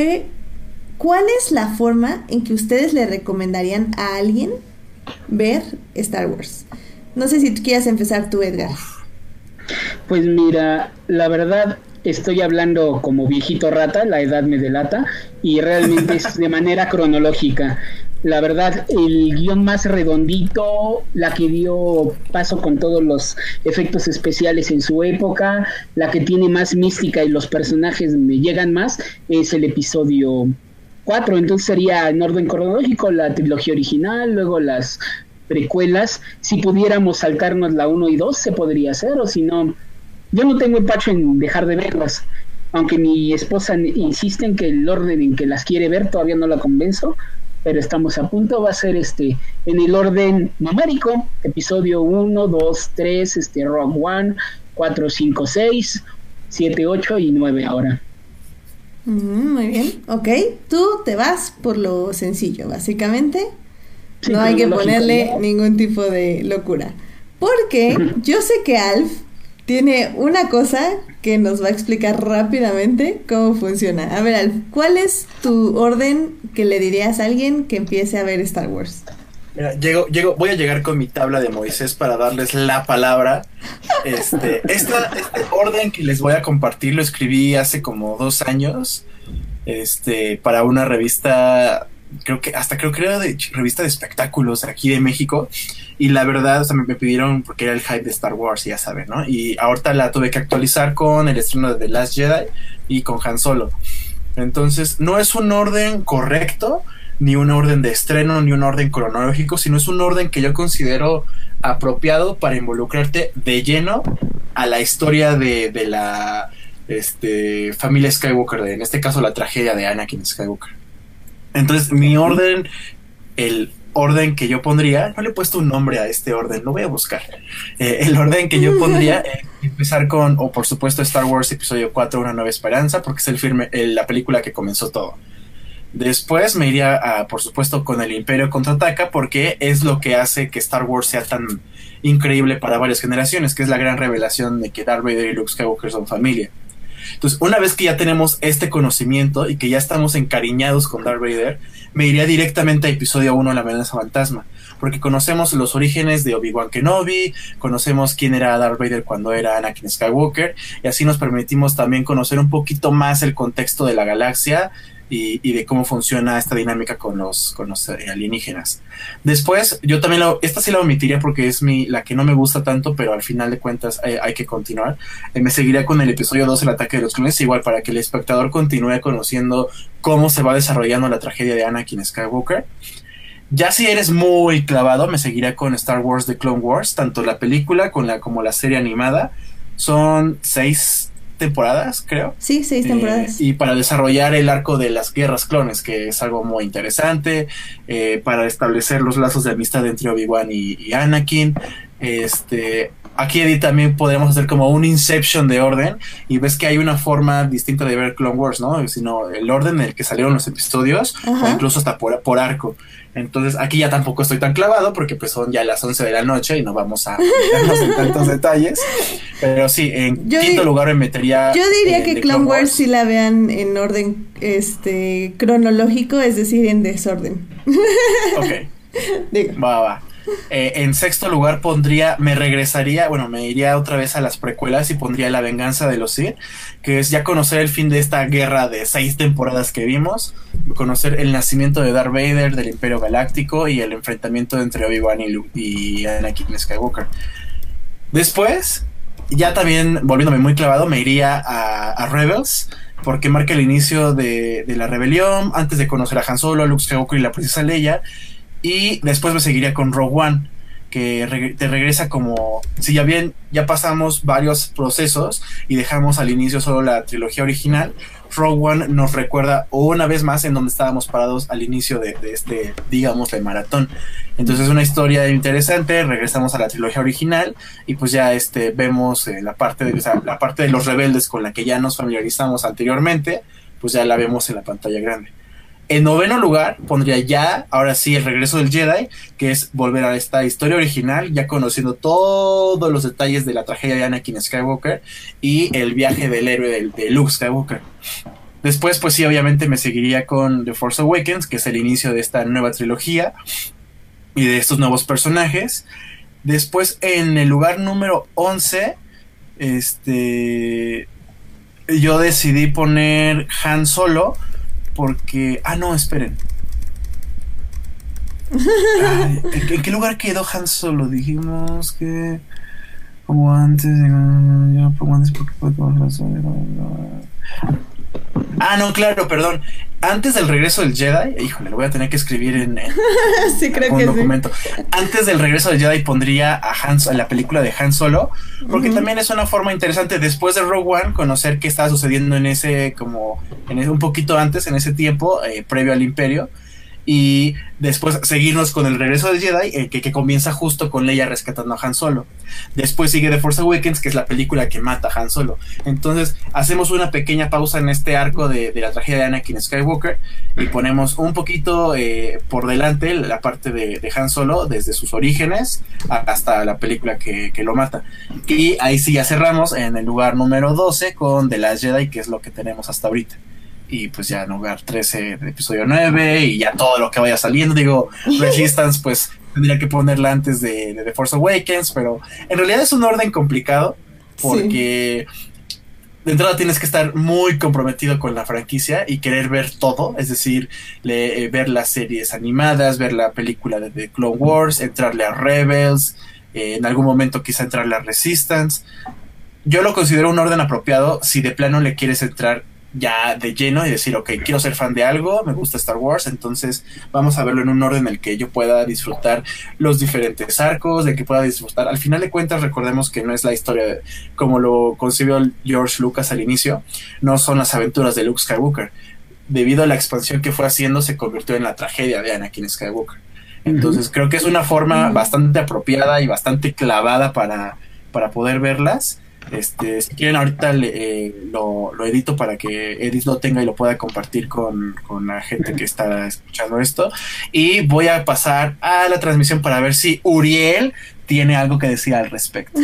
¿cuál es la forma en que ustedes le recomendarían a alguien ver Star Wars? No sé si tú quieras empezar tú, Edgar. Pues mira, la verdad estoy hablando como viejito rata, la edad me delata, y realmente es de manera cronológica. La verdad, el guión más redondito, la que dio paso con todos los efectos especiales en su época, la que tiene más mística y los personajes me llegan más, es el episodio 4. Entonces sería en orden cronológico la trilogía original, luego las precuelas. Si pudiéramos saltarnos la 1 y 2 se podría hacer, o si no, yo no tengo empacho en dejar de verlas, aunque mi esposa insiste en que el orden en que las quiere ver todavía no la convenzo, pero estamos a punto. Va a ser en el orden numérico: episodio 1, 2, 3, Rogue One, 4, 5, 6, 7, 8 y 9 ahora. Muy bien, ok. Tú te vas por lo sencillo, básicamente. Sí, no hay que ponerle ningún tipo de locura. Porque yo sé que Alf tiene una cosa que nos va a explicar rápidamente cómo funciona. A ver, Alf, ¿cuál es tu orden que le dirías a alguien que empiece a ver Star Wars? Mira, voy a llegar con mi tabla de Moisés para darles la palabra. Este orden que les voy a compartir lo escribí hace como 2 años, para una revista, creo que era de revista de espectáculos aquí de México, y la verdad, o sea, me pidieron porque era el hype de Star Wars, ya saben, ¿no? Y ahorita la tuve que actualizar con el estreno de The Last Jedi y con Han Solo. Entonces, no es un orden correcto, ni un orden de estreno, ni un orden cronológico, sino es un orden que yo considero apropiado para involucrarte de lleno a la historia de la familia Skywalker, en este caso la tragedia de Anakin Skywalker. Entonces, mi orden, el orden que yo pondría, no le he puesto un nombre a este orden, lo voy a buscar. El orden que yo pondría, empezar con, o por supuesto, Star Wars Episodio 4, Una Nueva Esperanza, porque es la película que comenzó todo. Después me iría, por supuesto, con El Imperio Contraataca, porque es lo que hace que Star Wars sea tan increíble para varias generaciones, que es la gran revelación de que Darth Vader y Luke Skywalker son familia. Entonces, una vez que ya tenemos este conocimiento y que ya estamos encariñados con Darth Vader, me iría directamente a Episodio 1, La Amenaza Fantasma, porque conocemos los orígenes de Obi-Wan Kenobi, conocemos quién era Darth Vader cuando era Anakin Skywalker, y así nos permitimos también conocer un poquito más el contexto de la galaxia y de cómo funciona esta dinámica con los alienígenas. Después, yo también esta sí la omitiría porque es la que no me gusta tanto, pero al final de cuentas hay que continuar. Me seguiría con el episodio 2, el ataque de los clones, igual para que el espectador continúe conociendo cómo se va desarrollando la tragedia de Anakin Skywalker. Ya si eres muy clavado, me seguiría con Star Wars The Clone Wars, tanto la película como la serie animada. Son 6 temporadas, creo. Sí, 6 temporadas. Y para desarrollar el arco de las guerras clones, que es algo muy interesante, para establecer los lazos de amistad entre Obi-Wan y Anakin. Aquí, Edith, también podemos hacer como un Inception de orden, y ves que hay una forma distinta de ver Clone Wars, ¿no? Sino el orden en el que salieron los episodios, o incluso hasta por arco. Entonces aquí ya tampoco estoy tan clavado porque pues son ya las 11 de la noche y no vamos a meternos en tantos detalles. Pero sí, en quinto lugar me metería... Yo diría que Clone Wars sí la vean en orden cronológico, es decir, en desorden. Ok. Va. En sexto lugar me iría otra vez a las precuelas y pondría La venganza de los Sith, que es ya conocer el fin de esta guerra de 6 temporadas que vimos, conocer el nacimiento de Darth Vader, del Imperio Galáctico y el enfrentamiento entre Obi-Wan y Anakin Skywalker. Después, ya también volviéndome muy clavado, me iría a Rebels, porque marca el inicio de la rebelión, antes de conocer a Han Solo, a Luke Skywalker y la princesa Leia. Y después me seguiría con Rogue One, que te regresa como... Si ya pasamos varios procesos y dejamos al inicio solo la trilogía original, Rogue One nos recuerda una vez más en donde estábamos parados al inicio de digamos, el maratón. Entonces es una historia interesante, regresamos a la trilogía original y pues ya vemos la parte de los rebeldes con la que ya nos familiarizamos anteriormente, pues ya la vemos en la pantalla grande. En noveno lugar pondría ahora sí, el regreso del Jedi, que es volver a esta historia original, ya conociendo todos los detalles de la tragedia de Anakin Skywalker y el viaje del héroe de Luke Skywalker. Después, pues sí, obviamente me seguiría con The Force Awakens, que es el inicio de esta nueva trilogía y de estos nuevos personajes. Después, en el lugar número 11, yo decidí poner Han Solo, porque... no, esperen. ¿En qué lugar quedó Han Solo? Dijimos que... Como antes... Ya pongo antes porque puedo tomar razón. No, claro, perdón. Antes del regreso del Jedi... Híjole, lo voy a tener que escribir en sí, creo un que documento. Sí. Antes del regreso del Jedi pondría a la película de Han Solo, porque también es una forma interesante después de Rogue One conocer qué estaba sucediendo un poquito antes, en ese tiempo previo al Imperio, y después seguirnos con el regreso del Jedi, que comienza justo con Leia rescatando a Han Solo. Después sigue The Force Awakens, que es la película que mata a Han Solo. Entonces hacemos una pequeña pausa en este arco de la tragedia de Anakin Skywalker y ponemos un poquito por delante la parte de Han Solo desde sus orígenes hasta la película que lo mata. Y ahí sí ya cerramos en el lugar número 12 con The Last Jedi, que es lo que tenemos hasta ahorita. Y pues ya en lugar 13 de episodio 9 y ya todo lo que vaya saliendo. Digo, Resistance pues tendría que ponerla antes de The Force Awakens, pero en realidad es un orden complicado porque de entrada tienes que estar muy comprometido con la franquicia y querer ver todo, es decir, ver las series animadas, ver la película de The Clone Wars, entrarle a Rebels, en algún momento quizá entrarle a Resistance. Yo lo considero un orden apropiado si de plano le quieres entrar ya de lleno y decir, ok, quiero ser fan de algo, me gusta Star Wars, entonces vamos a verlo en un orden en el que yo pueda disfrutar los diferentes arcos, de que pueda disfrutar. Al final de cuentas, recordemos que no es la historia como lo concibió George Lucas al inicio, no son las aventuras de Luke Skywalker. Debido a la expansión que fue haciendo, se convirtió en la tragedia de Anakin Skywalker. Entonces creo que es una forma bastante apropiada y bastante clavada para poder verlas. Si quieren ahorita lo edito para que Edith lo tenga y lo pueda compartir con la gente que está escuchando esto, y voy a pasar a la transmisión para ver si Uriel tiene algo que decir al respecto.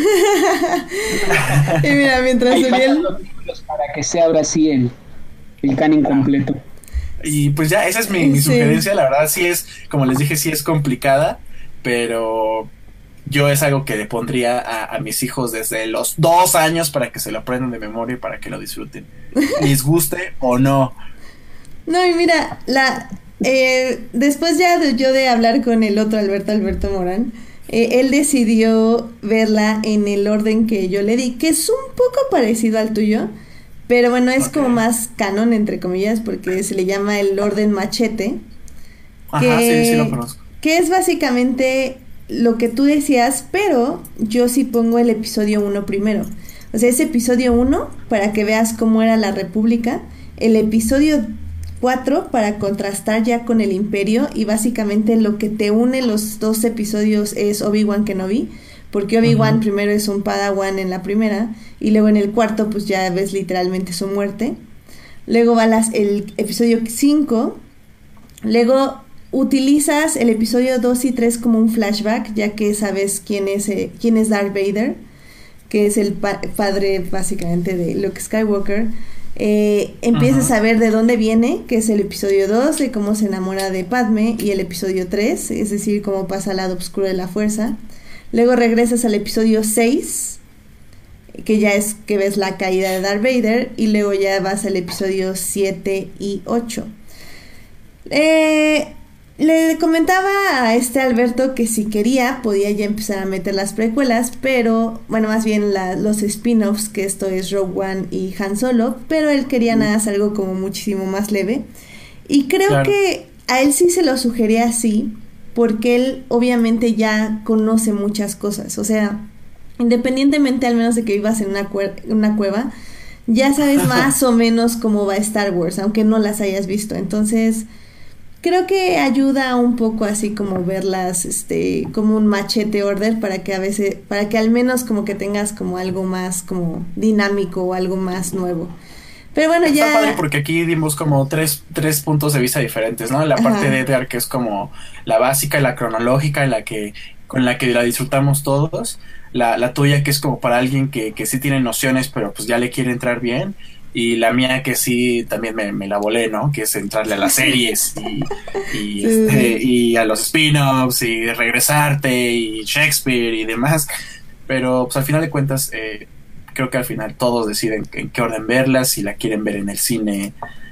Y mira, mientras Uriel, para que sea ahora sí el canon completo. Y pues ya, esa es mi sugerencia. La verdad sí es, como les dije, sí es complicada, pero yo es algo que le pondría a mis hijos desde los 2 años para que se lo aprendan de memoria y para que lo disfruten, les guste o no. No, y mira, después ya yo de hablar con el otro Alberto Morán, él decidió verla en el orden que yo le di, que es un poco parecido al tuyo, pero bueno, es como más canon, entre comillas, porque se le llama el orden machete. Ajá, sí lo conozco. Que es básicamente lo que tú decías, pero yo sí pongo el episodio 1 primero. O sea, ese episodio 1 para que veas cómo era la República, el episodio 4 para contrastar ya con el Imperio, y básicamente lo que te une los dos episodios es Obi-Wan Kenobi, porque Obi-Wan primero es un Padawan en la primera, y luego en el cuarto pues ya ves literalmente su muerte. Luego va el episodio 5, luego utilizas el episodio 2 y 3 como un flashback, ya que sabes quién es Darth Vader, que es el padre básicamente de Luke Skywalker. Empiezas a ver de dónde viene, que es el episodio 2, de cómo se enamora de Padme, y el episodio 3, es decir, cómo pasa al lado oscuro de la fuerza. Luego regresas al episodio 6, que ya es que ves la caída de Darth Vader, y luego ya vas al episodio 7 y 8. Le comentaba a Alberto que si quería podía ya empezar a meter las precuelas, pero bueno, más bien los spin-offs, que esto es Rogue One y Han Solo, pero él quería nada más algo como muchísimo más leve, y creo que a él sí se lo sugería así, porque él obviamente ya conoce muchas cosas, o sea, independientemente al menos de que vivas en una cueva, ya sabes más o menos cómo va Star Wars, aunque no las hayas visto. Entonces creo que ayuda un poco así como verlas como un machete order, para que al menos como que tengas como algo más como dinámico o algo más nuevo. Pero bueno, está padre porque aquí dimos como tres puntos de vista diferentes, ¿no? La parte de Edgar, que es como la básica, la cronológica, con la que la disfrutamos todos. La tuya, que es como para alguien que sí tiene nociones, pero pues ya le quiere entrar bien. Y la mía, que sí también me la volé, ¿no? Que es entrarle a las series y a los spin-offs y regresarte y Shakespeare y demás. Pero pues al final de cuentas, creo que al final todos deciden en qué orden verlas, si la quieren ver en el cine,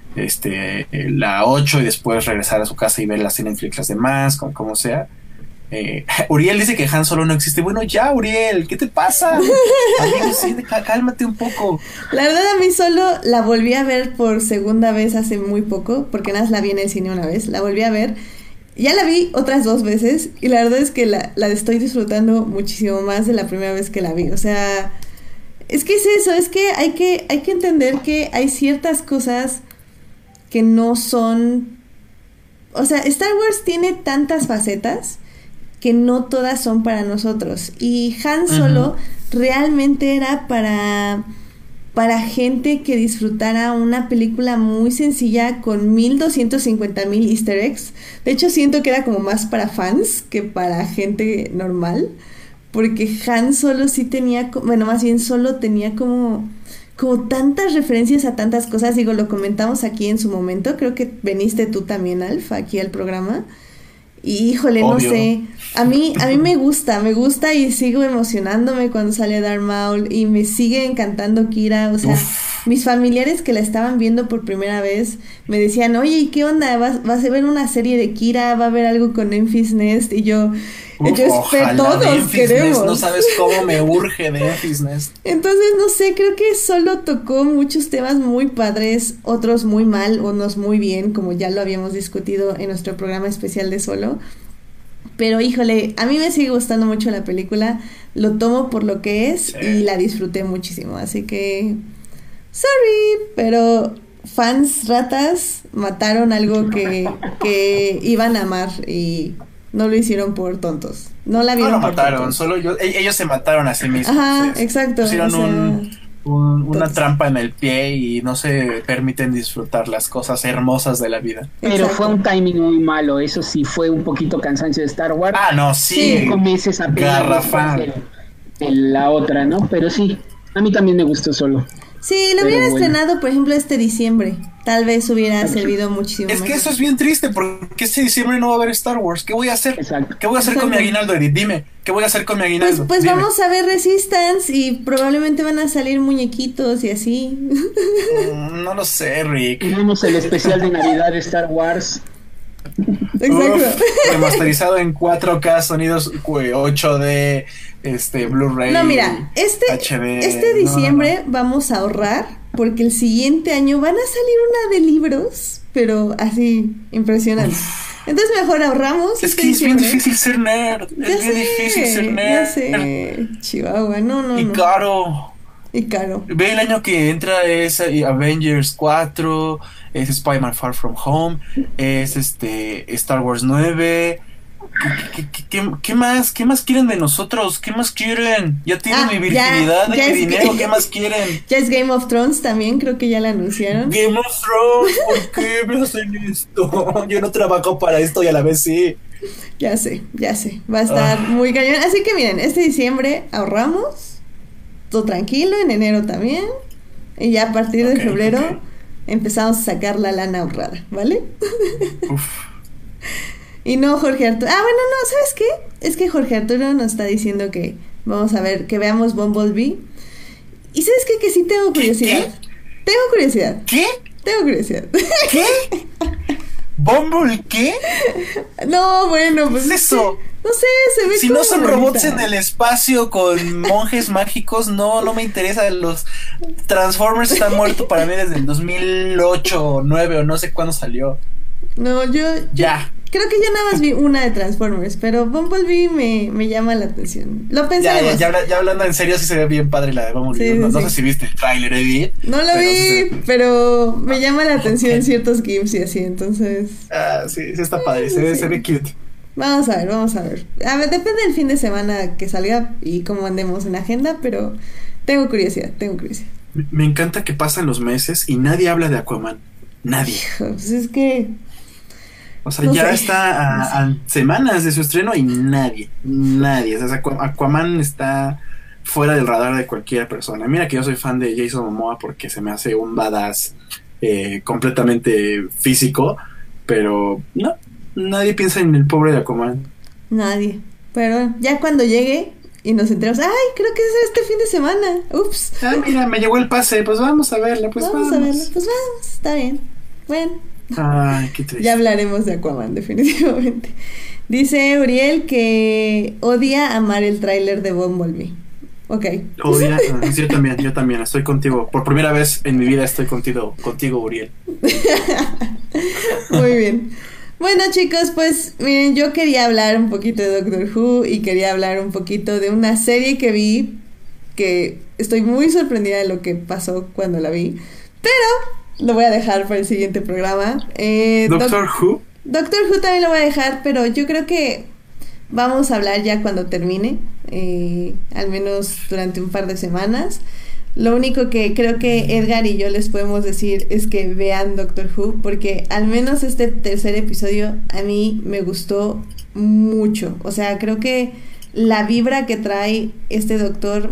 la 8, y después regresar a su casa y verlas en Netflix las demás, como sea. Uriel dice que Han Solo no existe. Bueno, ya, Uriel, ¿qué te pasa? Amigo, sí, cálmate un poco. La verdad, a mí solo la volví a ver por segunda vez hace muy poco, porque nada más la vi en el cine una vez. La volví a ver, ya la vi otras 2 veces, y la verdad es que la estoy disfrutando muchísimo más de la primera vez que la vi. O sea, es que es eso, es que hay que entender que hay ciertas cosas que no son... O sea, Star Wars tiene tantas facetas que no todas son para nosotros, y Han Solo realmente era para gente que disfrutara una película muy sencilla con 1250,000 easter eggs. De hecho, siento que era como más para fans que para gente normal, porque Han Solo sí tenía, bueno, más bien Solo tenía como tantas referencias a tantas cosas. Digo, lo comentamos aquí en su momento, creo que veniste tú también, Alf, aquí al programa. Y híjole, obvio. No sé, a mí me gusta y sigo emocionándome cuando sale Darth Maul, y me sigue encantando Kira. O sea, mis familiares que la estaban viendo por primera vez me decían, oye, ¿y qué onda? ¿Vas a ver una serie de Kira? ¿Va a haber algo con Enfys Nest? Y yo espero, todos queremos. No sabes cómo me urge de Enfys Nest. Entonces, no sé, creo que Solo tocó muchos temas muy padres, otros muy mal, unos muy bien, como ya lo habíamos discutido en nuestro programa especial de Solo. Pero híjole, a mí me sigue gustando mucho la película, lo tomo por lo que es, y la disfruté muchísimo, así que sorry, pero fans ratas mataron algo que iban a amar, y no lo hicieron por tontos. No la vieron. No lo mataron, solo ellos se mataron a sí mismos. Ajá, exacto. Pusieron una trampa en el pie y no se permiten disfrutar las cosas hermosas de la vida. Pero fue un timing muy malo, eso sí, fue un poquito cansancio de Star Wars. Ah, no, sí. 5 meses apenas garrafal de la otra, ¿no? Pero sí, a mí también me gustó Solo. Sí, lo Pero hubieran bueno. estrenado, por ejemplo, este diciembre. Tal vez hubiera servido muchísimo Es que mejor. eso es bien triste porque este diciembre no va a haber Star Wars. ¿Qué voy a hacer? Exacto. ¿Qué voy a hacer con mi Exacto. aguinaldo, Edith? Dime, ¿qué voy a hacer con mi aguinaldo? Pues Dime. vamos a ver Resistance y probablemente van a salir muñequitos y así. No lo sé, Rick. Tenemos el especial de Navidad de Star Wars. Exacto. Uf, remasterizado en 4K, sonidos 8D, Blu-ray. No, mira, HD. este diciembre vamos a ahorrar porque el siguiente año van a salir una de libros, pero así, impresionante. Entonces mejor ahorramos. Es este que es bien diciembre. difícil ser nerd. Ya Es bien difícil ser sé, nerd. ya sé. Chihuahua, no. Y caro. Y caro. Ve, el año que entra es Avengers 4, es Spider-Man Far From Home, es Star Wars 9. ¿Qué más? ¿Qué más quieren de nosotros? ¿Qué más quieren? Ya tienen mi virginidad y ya mi es dinero. que- ¿Qué más quieren? Ya es Game of Thrones también, creo que ya la anunciaron. Game of Thrones, ¿por qué me hacen esto? Yo no trabajo para esto y a la vez sí. Ya sé. Va a estar muy cañón. Así que miren, este diciembre ahorramos. Todo tranquilo, en enero también. Y ya a partir de Ok, febrero ok. empezamos a sacar la lana ahorrada, ¿vale? Uf. Y no Jorge Arturo. Ah, bueno, no, ¿sabes qué? Es que Jorge Arturo nos está diciendo que vamos a ver, que veamos Bumblebee. ¿Y sabes qué? Que sí tengo curiosidad. Tengo curiosidad. ¿Qué? Tengo curiosidad. ¿Qué? ¿Bumble qué? No, bueno, pues ¿Qué es eso? No sé, se ve Si como no son robots bonita. en el espacio con monjes mágicos, no me interesa. Los Transformers están muertos para mí desde el 2008 o 9 o no sé cuándo salió. No, yo Ya. creo que yo nada más vi una de Transformers, pero Bumblebee me llama la atención. Lo Ya, pensaremos. ya hablando en serio, sí se ve bien padre la de Bumblebee. Sí, no, sí, no sí. sé si viste el tráiler, Edith. No lo pero vi, sí se- pero me llama la atención ciertos GIFs y así, entonces sí está padre, se Sí. ve cute. vamos a ver. A ver, depende del fin de semana que salga y cómo andemos en agenda, pero tengo curiosidad. Me encanta que pasan los meses y nadie habla de Aquaman. Nadie. Pues es que O sea, No ya sé, está a semanas de su estreno y nadie. O sea, Aquaman está fuera del radar de cualquier persona. Mira que yo soy fan de Jason Momoa porque se me hace un badass completamente físico, pero no, nadie piensa en el pobre de Aquaman. nadie. Pero ya cuando llegue y nos enteramos, ay, creo que es este fin de semana. Ups. Ah, mira, me llegó el pase, pues vamos a verla, pues vamos a verlo. Pues vamos, está bien. Bueno. Ay, qué triste. Ya hablaremos de Aquaman, definitivamente. Dice Uriel que odia amar el tráiler de Bumblebee. Ok. Odia, sí, yo también, estoy contigo. Por primera vez en mi vida estoy contigo, Uriel. Muy bien. Bueno, chicos, pues miren, yo quería hablar un poquito de Doctor Who y quería hablar un poquito de una serie que vi, que estoy muy sorprendida de lo que pasó cuando la vi, pero lo voy a dejar para el siguiente programa. Doctor Who. Doctor Who también lo voy a dejar, pero yo creo que vamos a hablar ya cuando termine, al menos durante un par de semanas. Lo único que creo que Edgar y yo les podemos decir es que vean Doctor Who, porque al menos este tercer episodio a mí me gustó mucho. O sea, creo que la vibra que trae esta doctor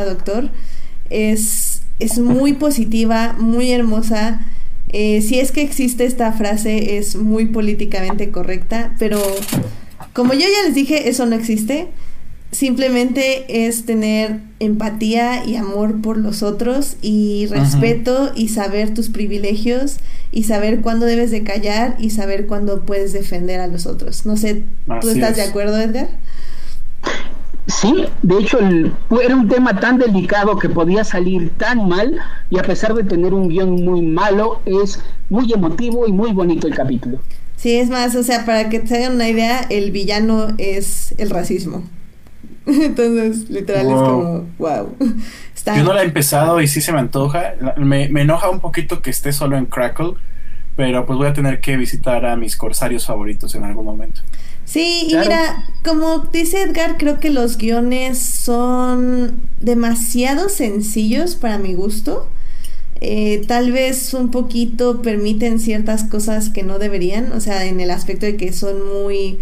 es muy positiva, muy hermosa. Si es que existe esta frase, es muy políticamente correcta, pero como yo ya les dije, eso no existe. Simplemente es tener empatía y amor por los otros y respeto y saber tus privilegios y saber cuándo debes de callar y saber cuándo puedes defender a los otros. No sé, ¿tú Así estás es. de acuerdo, Edgar? Sí, de hecho era un tema tan delicado que podía salir tan mal y a pesar de tener un guión muy malo, es muy emotivo y muy bonito el capítulo. Sí, es más, o sea, para que se hagan una idea, el villano es el racismo. Entonces, literal es como, wow. Está... Yo no la he empezado y sí se me antoja. Me enoja un poquito que esté solo en Crackle, pero pues voy a tener que visitar a mis corsarios favoritos en algún momento. Sí, y Claro. mira, como dice Edgar, creo que los guiones son demasiado sencillos para mi gusto. Tal vez un poquito permiten ciertas cosas que no deberían, o sea, en el aspecto de que son muy...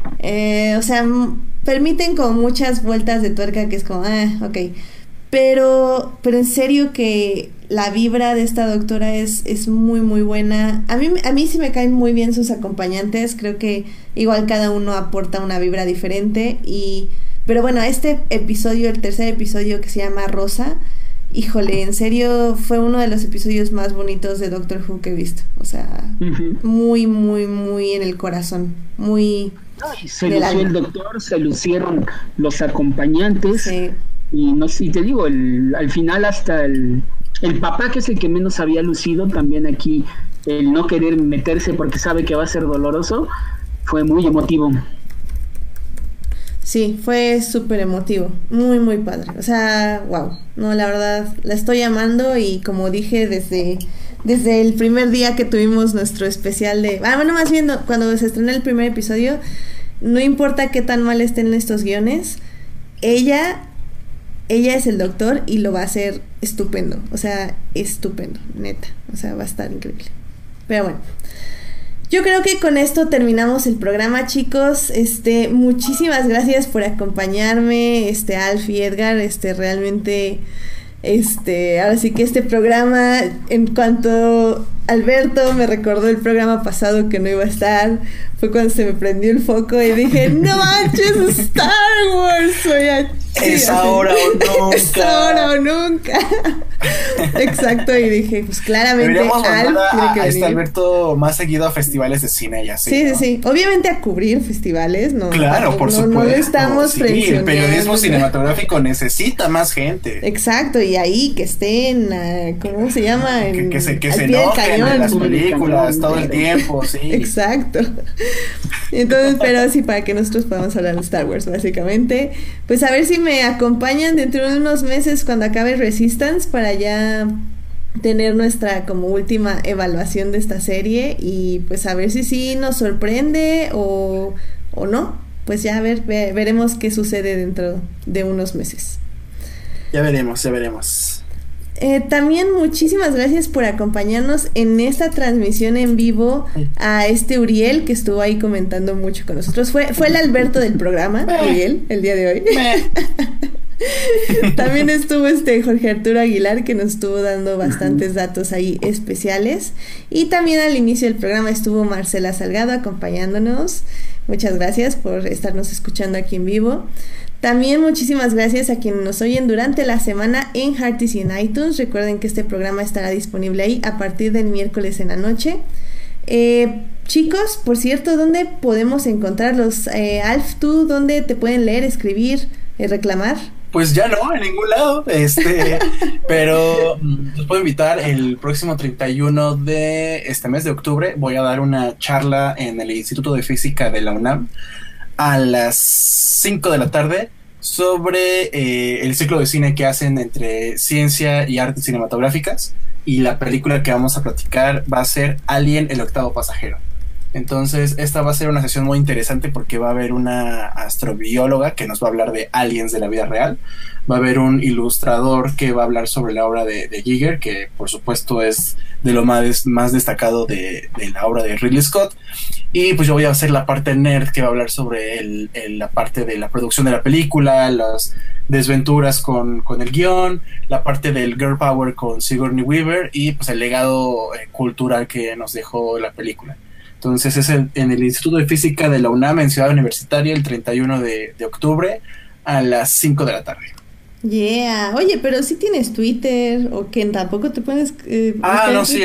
permiten como muchas vueltas de tuerca que es como, ok. Pero en serio que la vibra de esta doctora es muy muy buena. A mí sí me caen muy bien sus acompañantes, creo que igual cada uno aporta una vibra diferente pero bueno, este episodio, el tercer episodio que se llama Rosa, híjole, en serio fue uno de los episodios más bonitos de Doctor Who que he visto, o sea, muy muy muy en el corazón, muy se lució el doctor, se lucieron los acompañantes. Sí. Y te digo, al final hasta el papá, que es el que menos había lucido, también aquí el no querer meterse porque sabe que va a ser doloroso, fue muy emotivo. Sí, fue súper emotivo, muy muy padre, o sea, wow, no, la verdad, la estoy amando y como dije desde el primer día que tuvimos nuestro especial bueno, más bien cuando se estrenó el primer episodio, no importa qué tan mal estén estos guiones, ella es el doctor y lo va a hacer estupendo, o sea, estupendo, neta, o sea, va a estar increíble. Pero bueno, yo creo que con esto terminamos el programa, chicos. Muchísimas gracias por acompañarme, Alf y Edgar, realmente, ahora sí que este programa, en cuanto Alberto me recordó el programa pasado que no iba a estar, fue cuando se me prendió el foco y dije, no manches, Star Wars, es ahora o nunca. Es ahora o nunca. Exacto, y dije, pues claramente deberíamos mandar tiene que a venir. Alberto más seguido a festivales de cine y así. Sí, ¿no? sí, obviamente a cubrir festivales, ¿no? Claro, por supuesto. No lo estamos sí, presionando. el periodismo cinematográfico necesita más gente. Exacto, y ahí que estén, ¿cómo se llama? Que se al pie del enojen cañón. en las películas todo el tiempo, sí. Exacto. Entonces, pero sí, para que nosotros podamos hablar de Star Wars, básicamente. Pues a ver si me acompañan dentro de unos meses cuando acabe Resistance para ya tener nuestra como última evaluación de esta serie y pues a ver si sí nos sorprende o no. Pues ya veremos qué sucede dentro de unos meses. Ya veremos. También muchísimas gracias por acompañarnos en esta transmisión en vivo a Uriel, que estuvo ahí comentando mucho con nosotros. Fue el Alberto del programa, Uriel, el día de hoy. También estuvo Jorge Arturo Aguilar, que nos estuvo dando bastantes datos ahí especiales. Y también al inicio del programa estuvo Marcela Salgado acompañándonos. Muchas gracias por estarnos escuchando aquí en vivo. También muchísimas gracias a quienes nos oyen durante la semana en Hearties y en iTunes. Recuerden que este programa estará disponible ahí a partir del miércoles en la noche. Chicos, por cierto, ¿dónde podemos encontrarlos? Alf, ¿tú dónde te pueden leer, escribir, reclamar? Pues ya no, en ningún lado. Pero los puedo invitar el próximo 31 de este mes de octubre. Voy a dar una charla en el Instituto de Física de la UNAM a las 5 de la tarde sobre el ciclo de cine que hacen entre ciencia y artes cinematográficas, y la película que vamos a platicar va a ser Alien, el octavo pasajero. Entonces esta va a ser una sesión muy interesante porque va a haber una astrobióloga que nos va a hablar de aliens de la vida real, va a haber un ilustrador que va a hablar sobre la obra de Giger, que por supuesto es de lo más destacado de la obra de Ridley Scott, y pues yo voy a hacer la parte nerd que va a hablar sobre la parte de la producción de la película, las desventuras con el guión, la parte del girl power con Sigourney Weaver y pues el legado cultural que nos dejó la película. Entonces es en el Instituto de Física de la UNAM en Ciudad Universitaria el 31 de octubre a las 5 de la tarde. Yeah, oye, pero si tienes Twitter o que tampoco te pones... no, sí,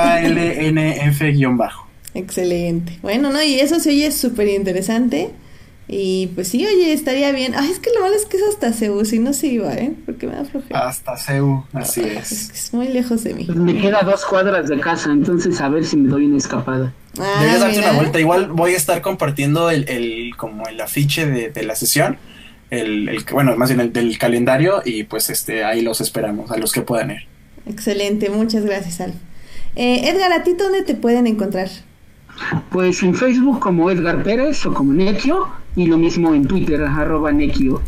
@ALNF_. Excelente. Bueno, no, y eso se oye súper interesante. Y pues sí, oye, estaría bien. Es que lo malo es que es hasta CEU, si no se iba, porque me da flojera. Hasta CEU, así es. Es muy lejos de mí. Pues me queda 2 cuadras de casa, entonces a ver si me doy una escapada. Deberías darte una vuelta. Igual voy a estar compartiendo como el afiche de la sesión, bueno, más bien el del calendario, y pues ahí los esperamos a los que puedan ir. Excelente, muchas gracias, Alf. Edgar, ¿a ti dónde te pueden encontrar? Pues en Facebook como Edgar Pérez o como Nekio, y lo mismo en Twitter, @Nekio,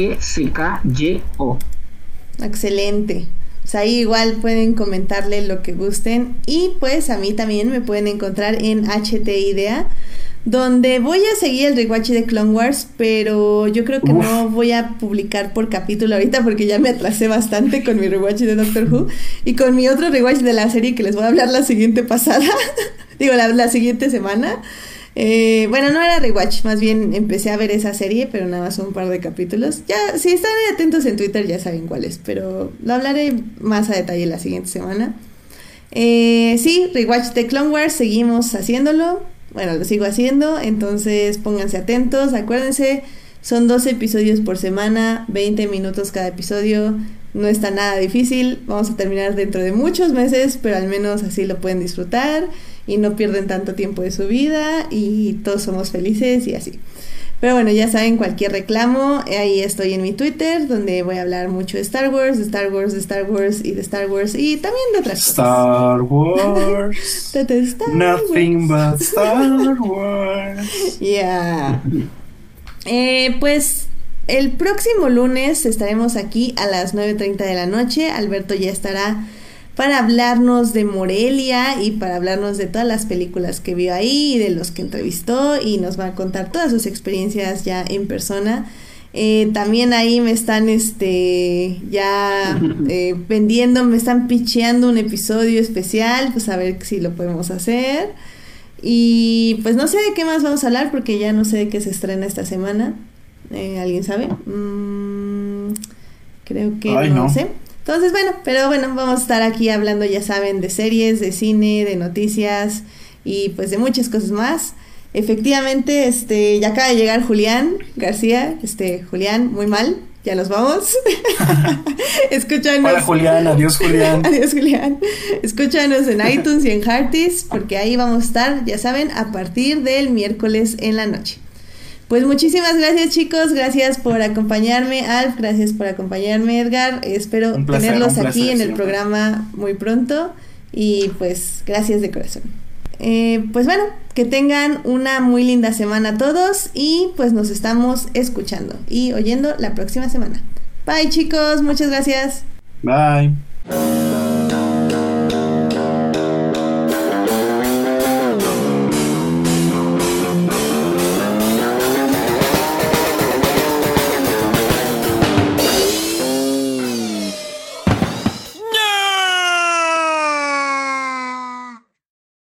NECKYO. Excelente. Pues ahí igual pueden comentarle lo que gusten. Y pues a mí también me pueden encontrar en HTIDEA, donde voy a seguir el rewatch de Clone Wars, pero yo creo que no voy a publicar por capítulo ahorita porque ya me atrasé bastante con mi rewatch de Doctor Who y con mi otro rewatch de la serie que les voy a hablar la siguiente pasada, digo la siguiente semana. Bueno, no era rewatch, más bien empecé a ver esa serie, pero nada más un par de capítulos. Ya, si están atentos en Twitter ya saben cuál es, pero lo hablaré más a detalle la siguiente semana. Sí, rewatch de Clone Wars, seguimos haciéndolo. Bueno, lo sigo haciendo, entonces pónganse atentos. Acuérdense, son 12 episodios por semana, 20 minutos cada episodio. No está nada difícil. Vamos a terminar dentro de muchos meses, pero al menos así lo pueden disfrutar y no pierden tanto tiempo de su vida y todos somos felices y así. Pero bueno, ya saben, cualquier reclamo, ahí estoy en mi Twitter, donde voy a hablar mucho de Star Wars, de Star Wars, de Star Wars y de Star Wars y también de otras Star Wars. Star Nothing Wars. but Star Wars. Yeah. Pues el próximo lunes estaremos aquí a las 9:30 de la noche. Alberto ya estará para hablarnos de Morelia y para hablarnos de todas las películas que vio ahí y de los que entrevistó y nos va a contar todas sus experiencias ya en persona. También ahí me están ya vendiendo, me están pitcheando un episodio especial, pues a ver si lo podemos hacer. Y pues no sé de qué más vamos a hablar porque ya no sé de qué se estrena esta semana. ¿Alguien sabe? Creo que no sé. Entonces, bueno, vamos a estar aquí hablando, ya saben, de series, de cine, de noticias y pues de muchas cosas más. Efectivamente, ya acaba de llegar Julián García. Julián, muy mal, ya nos vamos. Escúchanos. Hola Julián, adiós Julián. Adiós Julián. Escúchanos en iTunes y en Hearties, porque ahí vamos a estar, ya saben, a partir del miércoles en la noche. Pues muchísimas gracias, chicos, gracias por acompañarme, Alf, gracias por acompañarme, Edgar, espero tenerlos aquí en el programa muy pronto y pues gracias de corazón. Pues bueno, que tengan una muy linda semana todos y pues nos estamos escuchando y oyendo la próxima semana. Bye, chicos, muchas gracias. Bye.